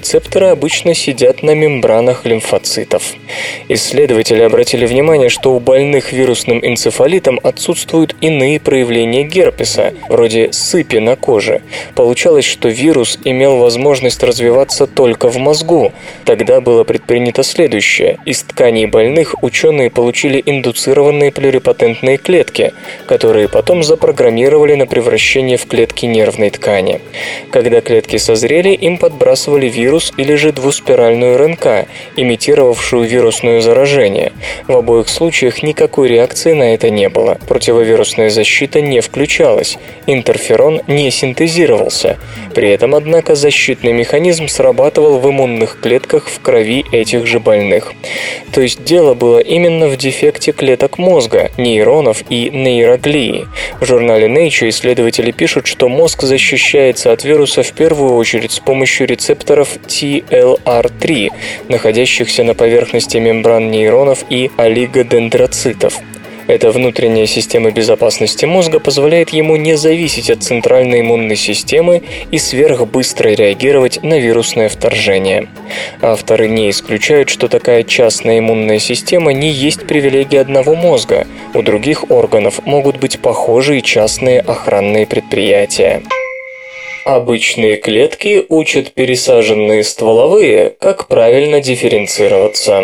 рецепторы обычно сидят на мембранах лимфоцитов. Исследователи обратили внимание, что у больных вирусным энцефалитом отсутствуют иные проявления герпеса, вроде сыпи на коже. Получалось, что вирус имел возможность развиваться только в мозгу. Тогда было предпринято следующее. Из тканей больных ученые получили индуцированные плюрипотентные клетки, которые потом запрограммировали на превращение в клетки нервной ткани. Когда клетки созрели, им подбрасывали вирус или же двуспиральную эр эн ка, имитировавшую вирусное заражение. В обоих случаях никакой реакции на это не было. Противовирусная защита не включалась. Интерферон не синтезировался. При этом, однако, защитный механизм срабатывал в иммунных клетках в крови этих же больных. То есть дело было именно в дефекте клеток мозга, нейронов и нейроглии. В журнале Nature исследователи пишут, что мозг защищается от вируса в первую очередь с помощью рецепторов ти эл ар три, находящихся на поверхности мембран нейронов и олигодендроцитов. Эта внутренняя система безопасности мозга позволяет ему не зависеть от центральной иммунной системы и сверхбыстро реагировать на вирусное вторжение. Авторы не исключают, что такая частная иммунная система не есть привилегия одного мозга. У других органов могут быть похожие частные охранные предприятия. Обычные клетки учат пересаженные стволовые, как правильно дифференцироваться.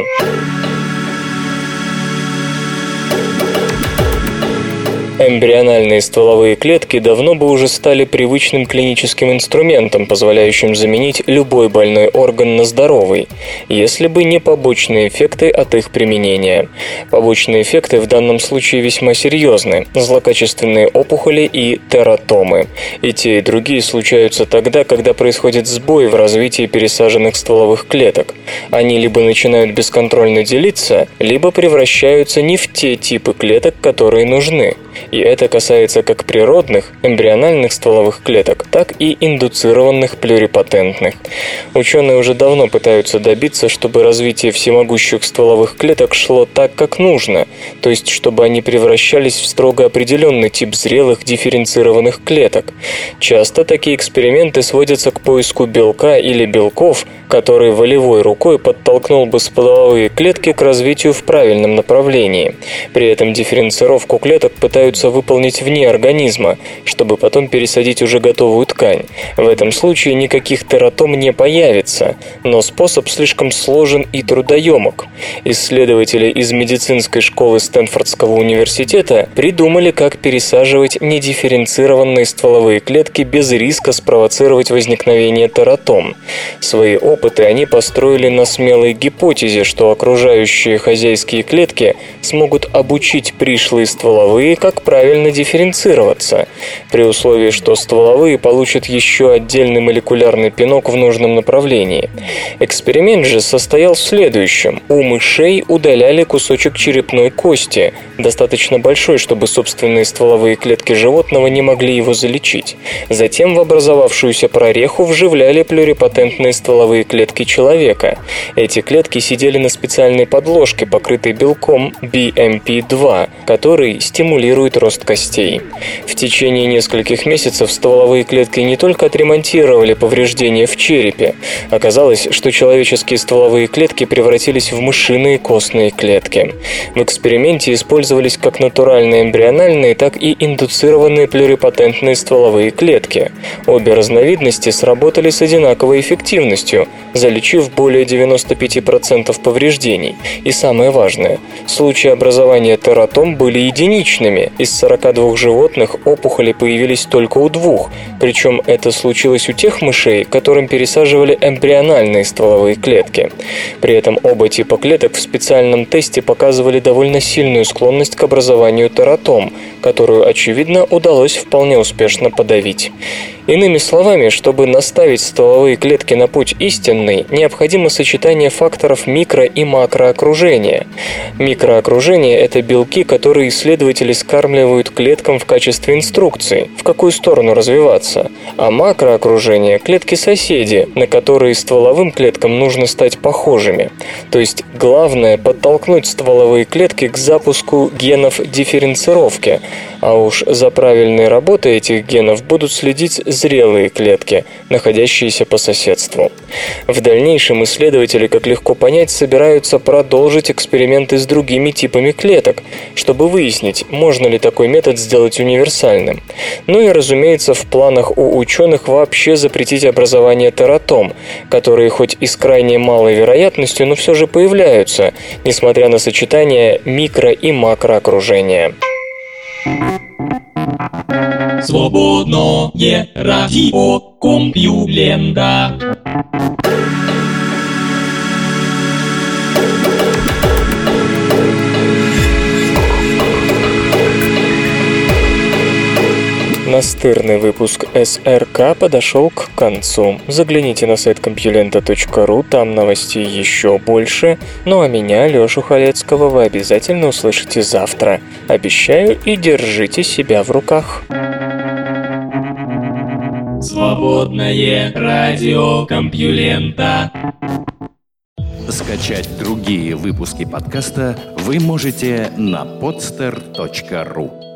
Эмбриональные стволовые клетки давно бы уже стали привычным клиническим инструментом, позволяющим заменить любой больной орган на здоровый, если бы не побочные эффекты от их применения. Побочные эффекты в данном случае весьма серьезны – злокачественные опухоли и тератомы. И те, и другие случаются тогда, когда происходит сбой в развитии пересаженных стволовых клеток. Они либо начинают бесконтрольно делиться, либо превращаются не в те типы клеток, которые нужны. И это касается как природных, эмбриональных стволовых клеток, так и индуцированных плюрипотентных. Ученые уже давно пытаются добиться, чтобы развитие всемогущих стволовых клеток шло так, как нужно, то есть чтобы они превращались в строго определенный тип зрелых дифференцированных клеток. Часто такие эксперименты сводятся к поиску белка или белков, который волевой рукой подтолкнул бы стволовые клетки к развитию в правильном направлении. При этом дифференцировку клеток пытаются выполнить вне организма, чтобы потом пересадить уже готовую ткань. В этом случае никаких тератом не появится, но способ слишком сложен и трудоемок. Исследователи из медицинской школы Стэнфордского университета придумали, как пересаживать недифференцированные стволовые клетки без риска спровоцировать возникновение тератом. Свои опыты они построили на смелой гипотезе, что окружающие хозяйские клетки смогут обучить пришлые стволовые, как правильно дифференцироваться, при условии, что стволовые получат еще отдельный молекулярный пинок в нужном направлении. Эксперимент же состоял в следующем. У мышей удаляли кусочек черепной кости, достаточно большой, чтобы собственные стволовые клетки животного не могли его залечить. Затем в образовавшуюся прореху вживляли плюрипотентные стволовые клетки человека. Эти клетки сидели на специальной подложке, покрытой белком би эм пи два, который стимулирует рост костей. В течение нескольких месяцев стволовые клетки не только отремонтировали повреждения в черепе. Оказалось, что человеческие стволовые клетки превратились в мышиные костные клетки. В эксперименте использовались как натуральные эмбриональные, так и индуцированные плюрипотентные стволовые клетки. Обе разновидности сработали с одинаковой эффективностью, залечив более девяносто пять процентов повреждений. И самое важное, случаи образования тератом были единичными. Из сорока двух животных опухоли появились только у двух, причем это случилось у тех мышей, которым пересаживали эмбриональные стволовые клетки. При этом оба типа клеток в специальном тесте показывали довольно сильную склонность к образованию тератом, которую, очевидно, удалось вполне успешно подавить. Иными словами, чтобы наставить стволовые клетки на путь истинный, необходимо сочетание факторов микро- и макроокружения. Микроокружение – это белки, которые исследователи скармливают клеткам в качестве инструкции, в какую сторону развиваться. А макроокружение – клетки-соседи, на которые стволовым клеткам нужно стать похожими. То есть главное – подтолкнуть стволовые клетки к запуску генов дифференцировки, а уж за правильной работой этих генов будут следить зрелые клетки, находящиеся по соседству. В дальнейшем исследователи, как легко понять, собираются продолжить эксперименты с другими типами клеток, чтобы выяснить, можно ли такой метод сделать универсальным. Ну и, разумеется, в планах у ученых вообще запретить образование тератом, которые хоть и с крайне малой вероятностью, но все же появляются, несмотря на сочетание микро- и макроокружения. Свободное радио Компьюлента. Настырный выпуск эс эр ка подошел к концу. Загляните на сайт компьюлента точка ру, там новостей еще больше. Ну а меня, Лешу Халецкого, вы обязательно услышите завтра. Обещаю, и держите себя в руках. Свободное радио Компьюлента. Скачать другие выпуски подкаста вы можете на подстер точка ру.